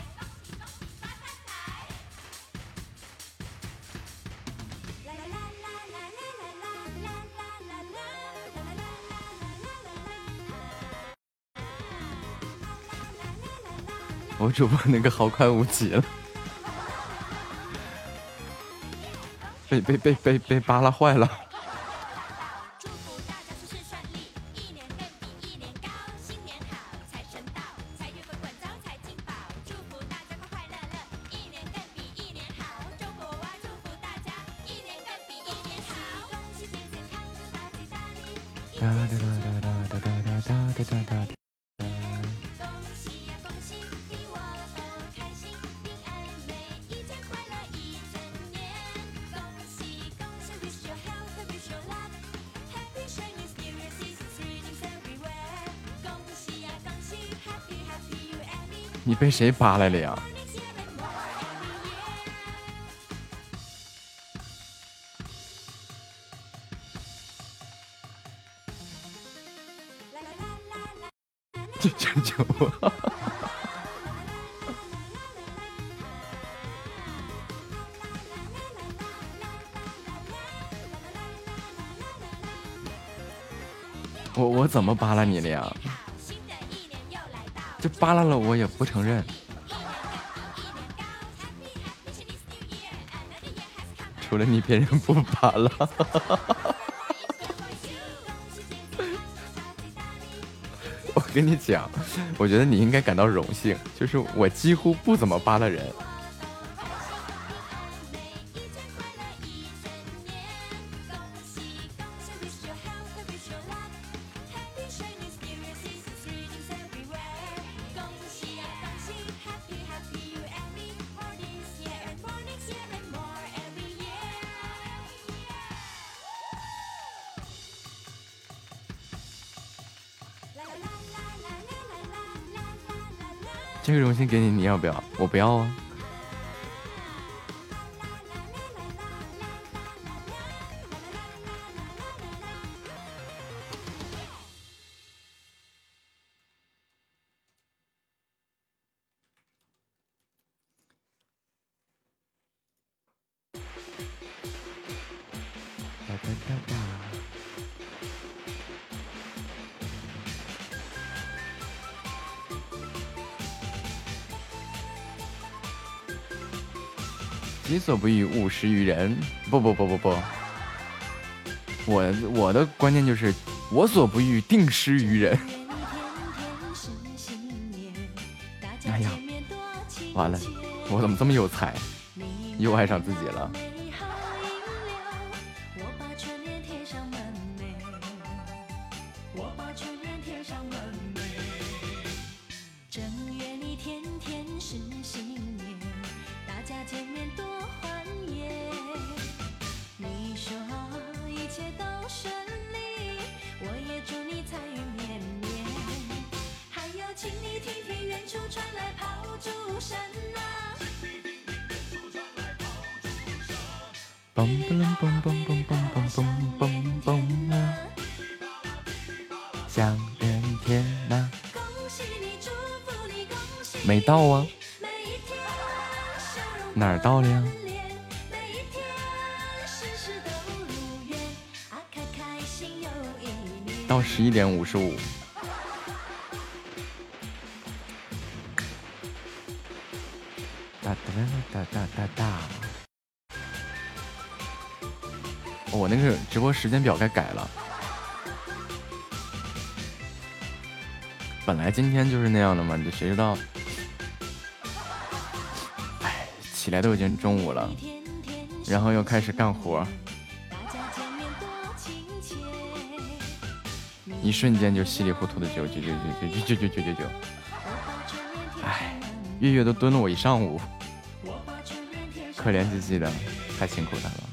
我主播那个好快无极了，被扒拉坏了。哒哒哒哒哒哒哒哒哒哒。你被谁扒来了呀？救我！我怎么扒拉你了呀？就扒拉了我也不承认，除了你别人不扒拉。我跟你讲，我觉得你应该感到荣幸，就是我几乎不怎么扒拉人。这个荣幸给你，你要不要？我不要啊。己所不欲，勿施于人。不，我的观念就是我所不欲，定施于人。哎呀，完了，我怎么这么有才，又爱上自己了。想人天哪，没到啊，哪儿到了呀？到11点55。哒哒哒哒哒。我那个直播时间表该改了，本来今天就是那样的嘛，谁知道？哎，起来都已经中午了，然后又开始干活，一瞬间就稀里糊涂的就，哎，月月都蹲了我一上午，可怜兮兮的，太辛苦他了。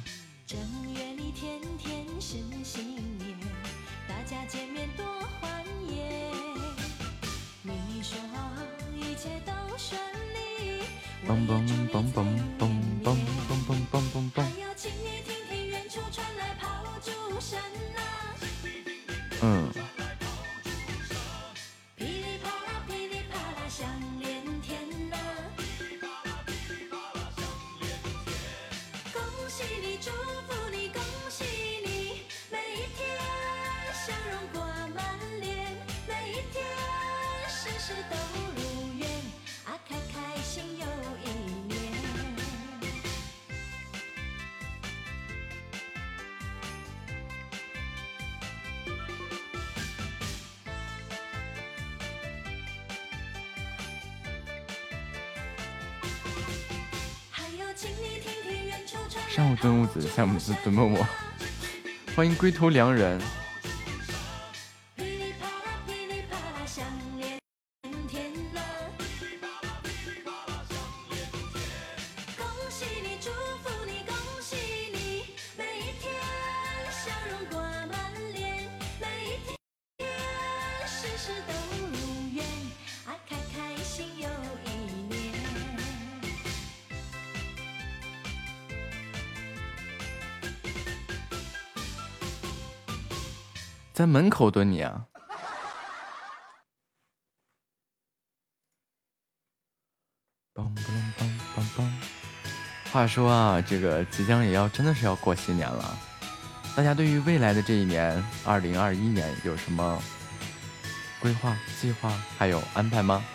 一切嘣嘣嘣嘣嘣嘣嘣嘣嘣嘣。嗯。上午蹲屋子，下午蹲默默。欢迎归途良人。在门口蹲你啊！话说啊，这个即将也要真的是要过新年了，大家对于未来的这一年2021年有什么规划、计划还有安排吗？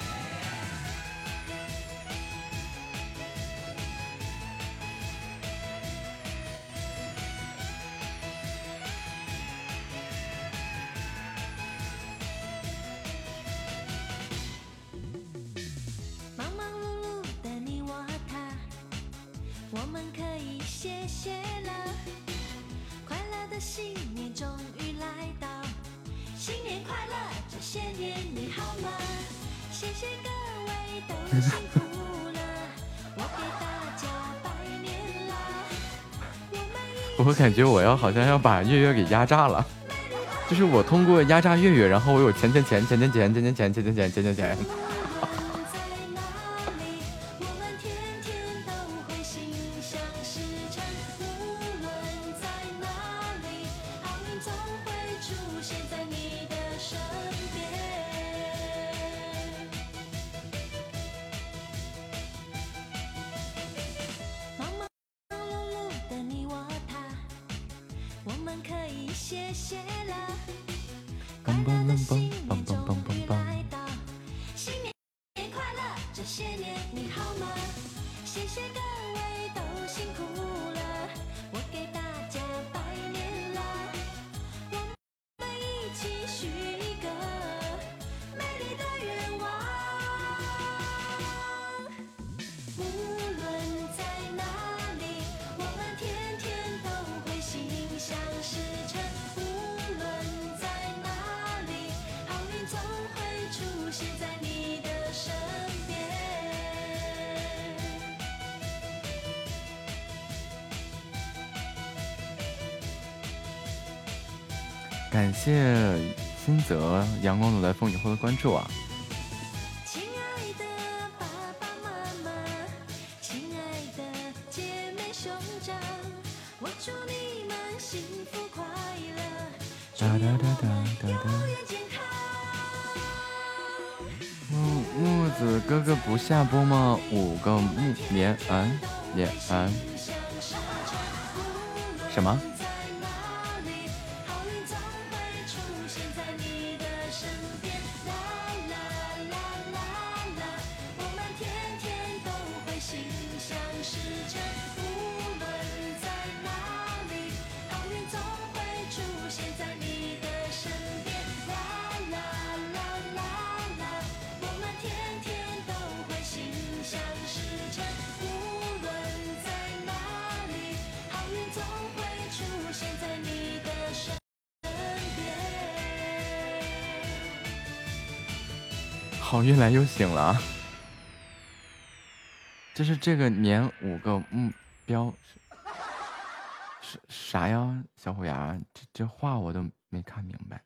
我感觉我好像要把月月给压榨了，就是我通过压榨月月，然后我有钱。感谢新泽阳光躲在风雨后的关注啊！木子哥哥不下播吗？5个木连安连安什么？好运来又醒了，这是这个年5个目标是啥呀？小虎牙，这话我都没看明白。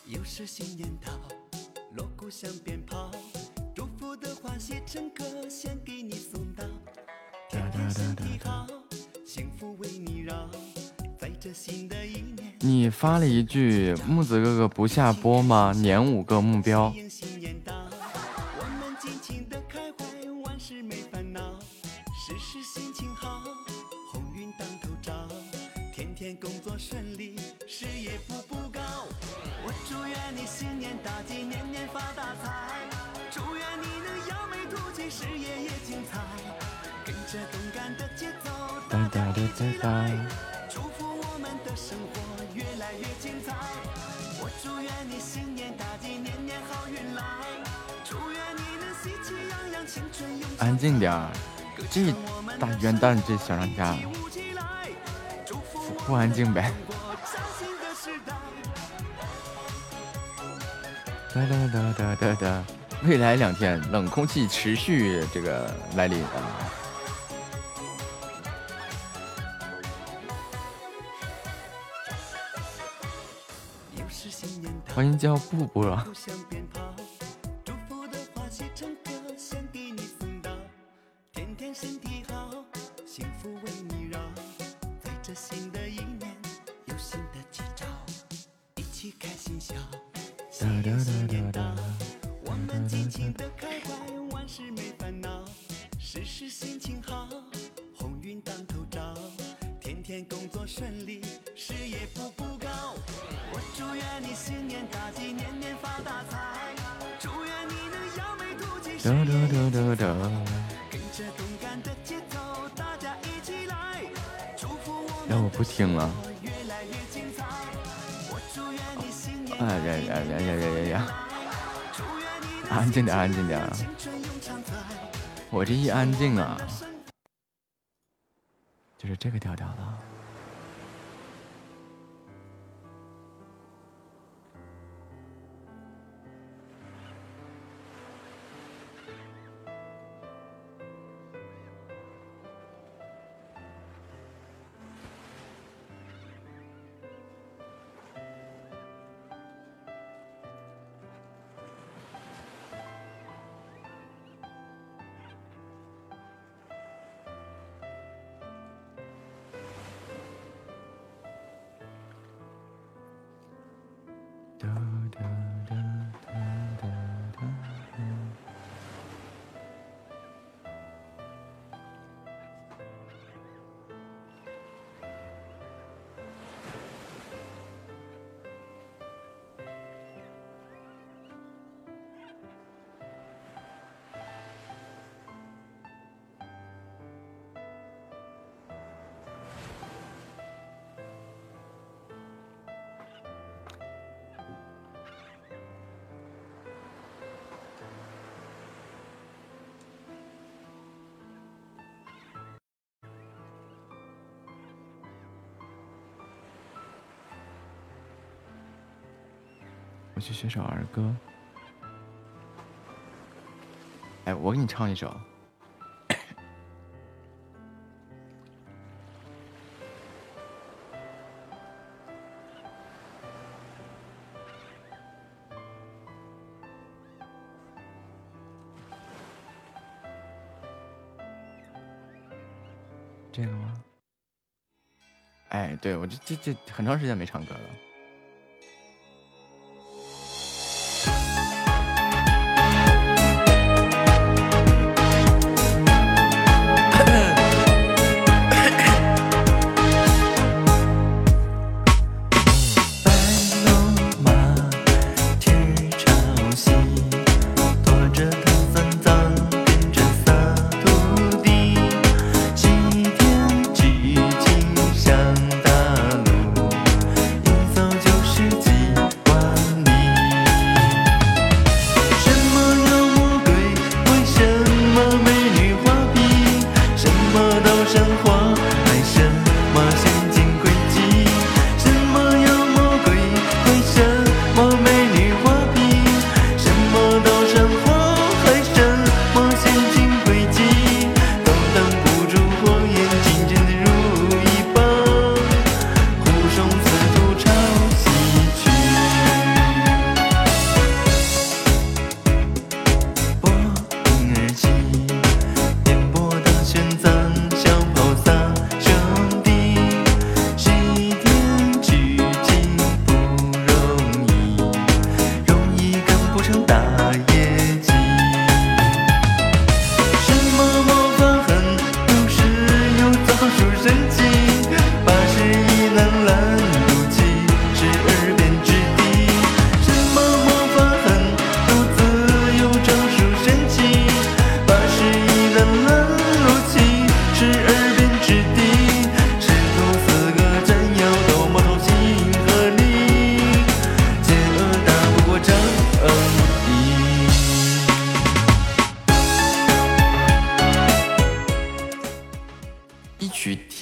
又是新年到，锣鼓响鞭炮，祝福的话写成歌，献给你送到。天天身体好，幸福为你绕，在这新的一年。
你发了一句木子哥哥不下播吗？年5个目标。
新年到，我们尽情的开怀，万事没烦恼，时时心情好，鸿运当头照，天天工作顺利，事业步步高。我祝愿你新年大吉，年年发大财，祝愿你能扬眉吐气，事业也精彩，跟着动感的节奏，大家一起来，祝福我们的生活越来越精彩。我祝愿你新年大吉，年年好运来，祝愿你能喜气洋洋，青春永长。
安静点儿，这大元旦这小长假，不安静呗。哒哒哒哒哒哒，未来2天冷空气持续这个来临啊。欢迎叫布布啊。
天天身体好，幸福为你绕，在这新的一年有新的吉兆，一起开心笑。我们尽情的开怀，万事没烦恼，时时心情好，鸿运当头照，天天工作顺利，事业步步高。我祝愿你新年大吉，年年发大财，祝愿你能扬眉吐气，事业也精彩，跟着动感的节奏，大家一起来，祝福我们。
让我不听了。
越来越精彩。我祝愿你新年
呀！安静点，安静点。我这一安静啊，就是这个调调了。我去学首儿歌。哎，我给你唱一首。这个吗？哎，对，我这很长时间没唱歌了。
一走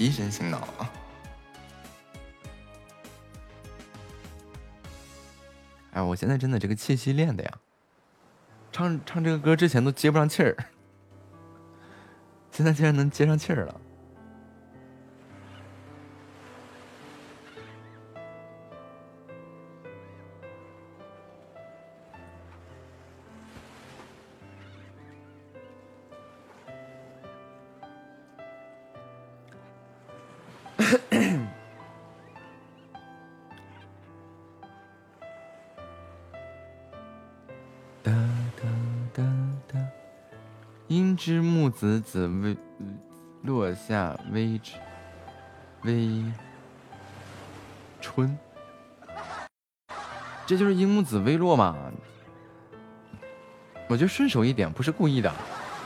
提神醒脑啊！哎，我现在真的这个气息练的呀，唱这个歌之前都接不上气儿，现在竟然能接上气儿了。樱枝木子子微落下微春，这就是樱木子微落嘛？我就顺手一点，不是故意的。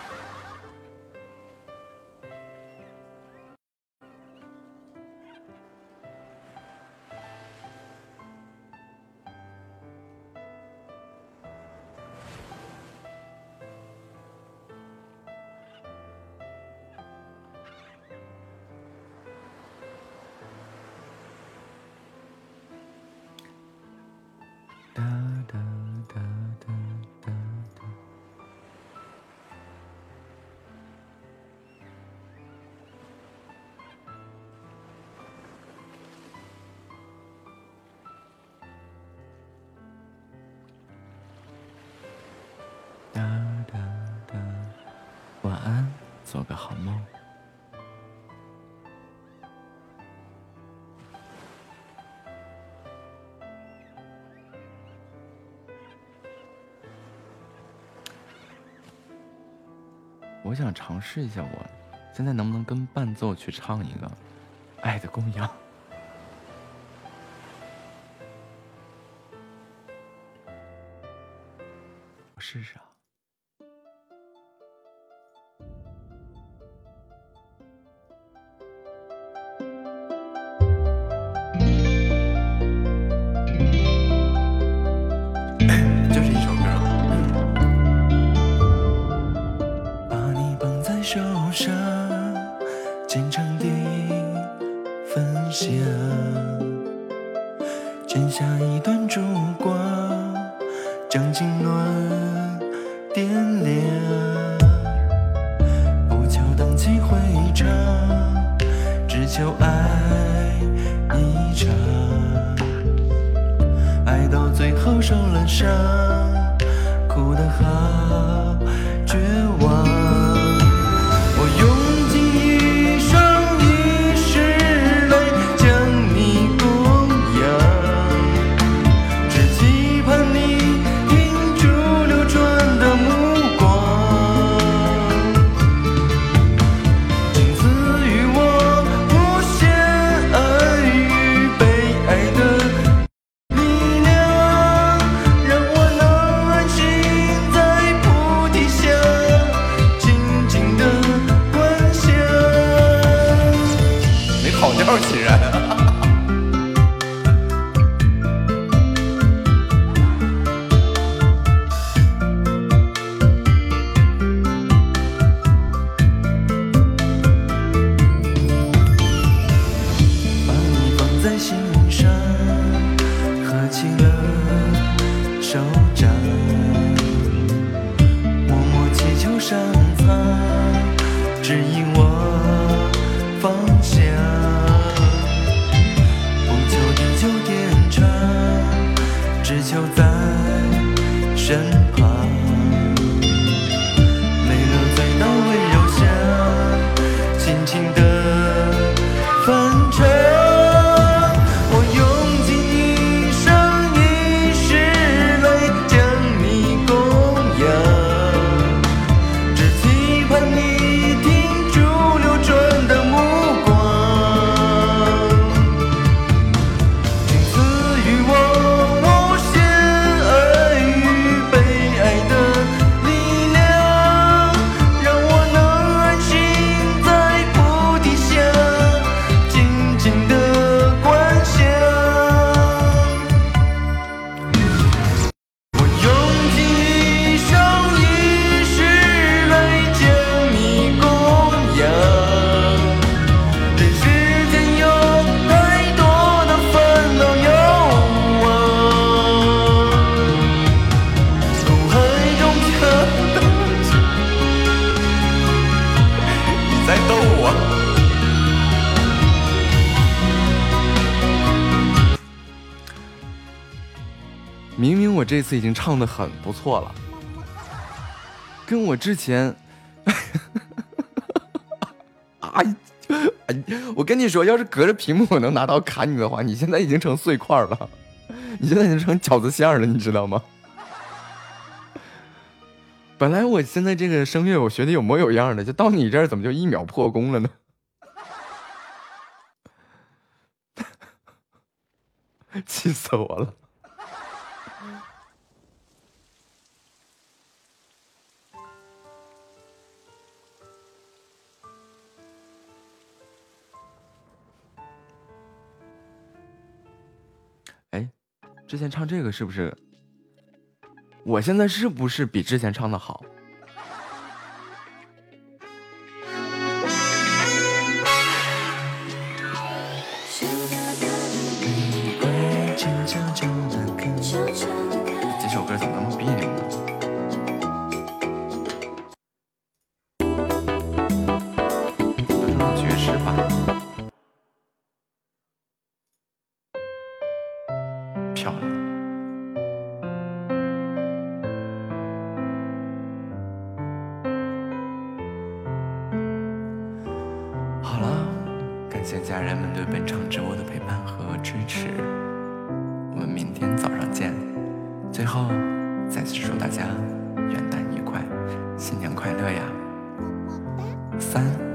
晚安，做个好梦。我想尝试一下，我现在能不能跟伴奏去唱一个《爱的供养》？我试试啊。就是一首歌。
把你绑在手上，虔诚地分享，剪下一段烛光，将经纶点亮，不求荡气回肠，只求爱一场，爱到最后受了伤，哭得好绝望。我用尽一生一世来将你供养，只期盼你停住流转的目光，请赐予我无限爱与被爱的力量，让我能安心在菩提下静静地观想。
没跑调竟然。
把你放在心上，合起了手掌，默默祈求上苍指引我方向，不求地久天长，只求在身旁，美乐醉到温柔乡，轻轻地翻唱。我用尽一生一世来将你供养，只期盼你停住流转的目光，请赐予我无限爱与被
我这次已经唱得很不错了，跟我之前我跟你说，要是隔着屏幕我能拿刀砍你的话，你现在已经成碎块了，你现在已经成饺子馅了，你知道吗？本来我现在这个声乐我学的有模有样的，就到你这儿怎么就1秒破功了呢？气死我了！哎，之前唱这个是不是？我现在是不是比之前唱的好？这首歌怎么那么别扭呢？都是爵士版。漂亮。好了，感谢家人们对本场直播的陪伴和支持，我们明天早上见。最后，再次祝大家元旦愉快，新年快乐呀！3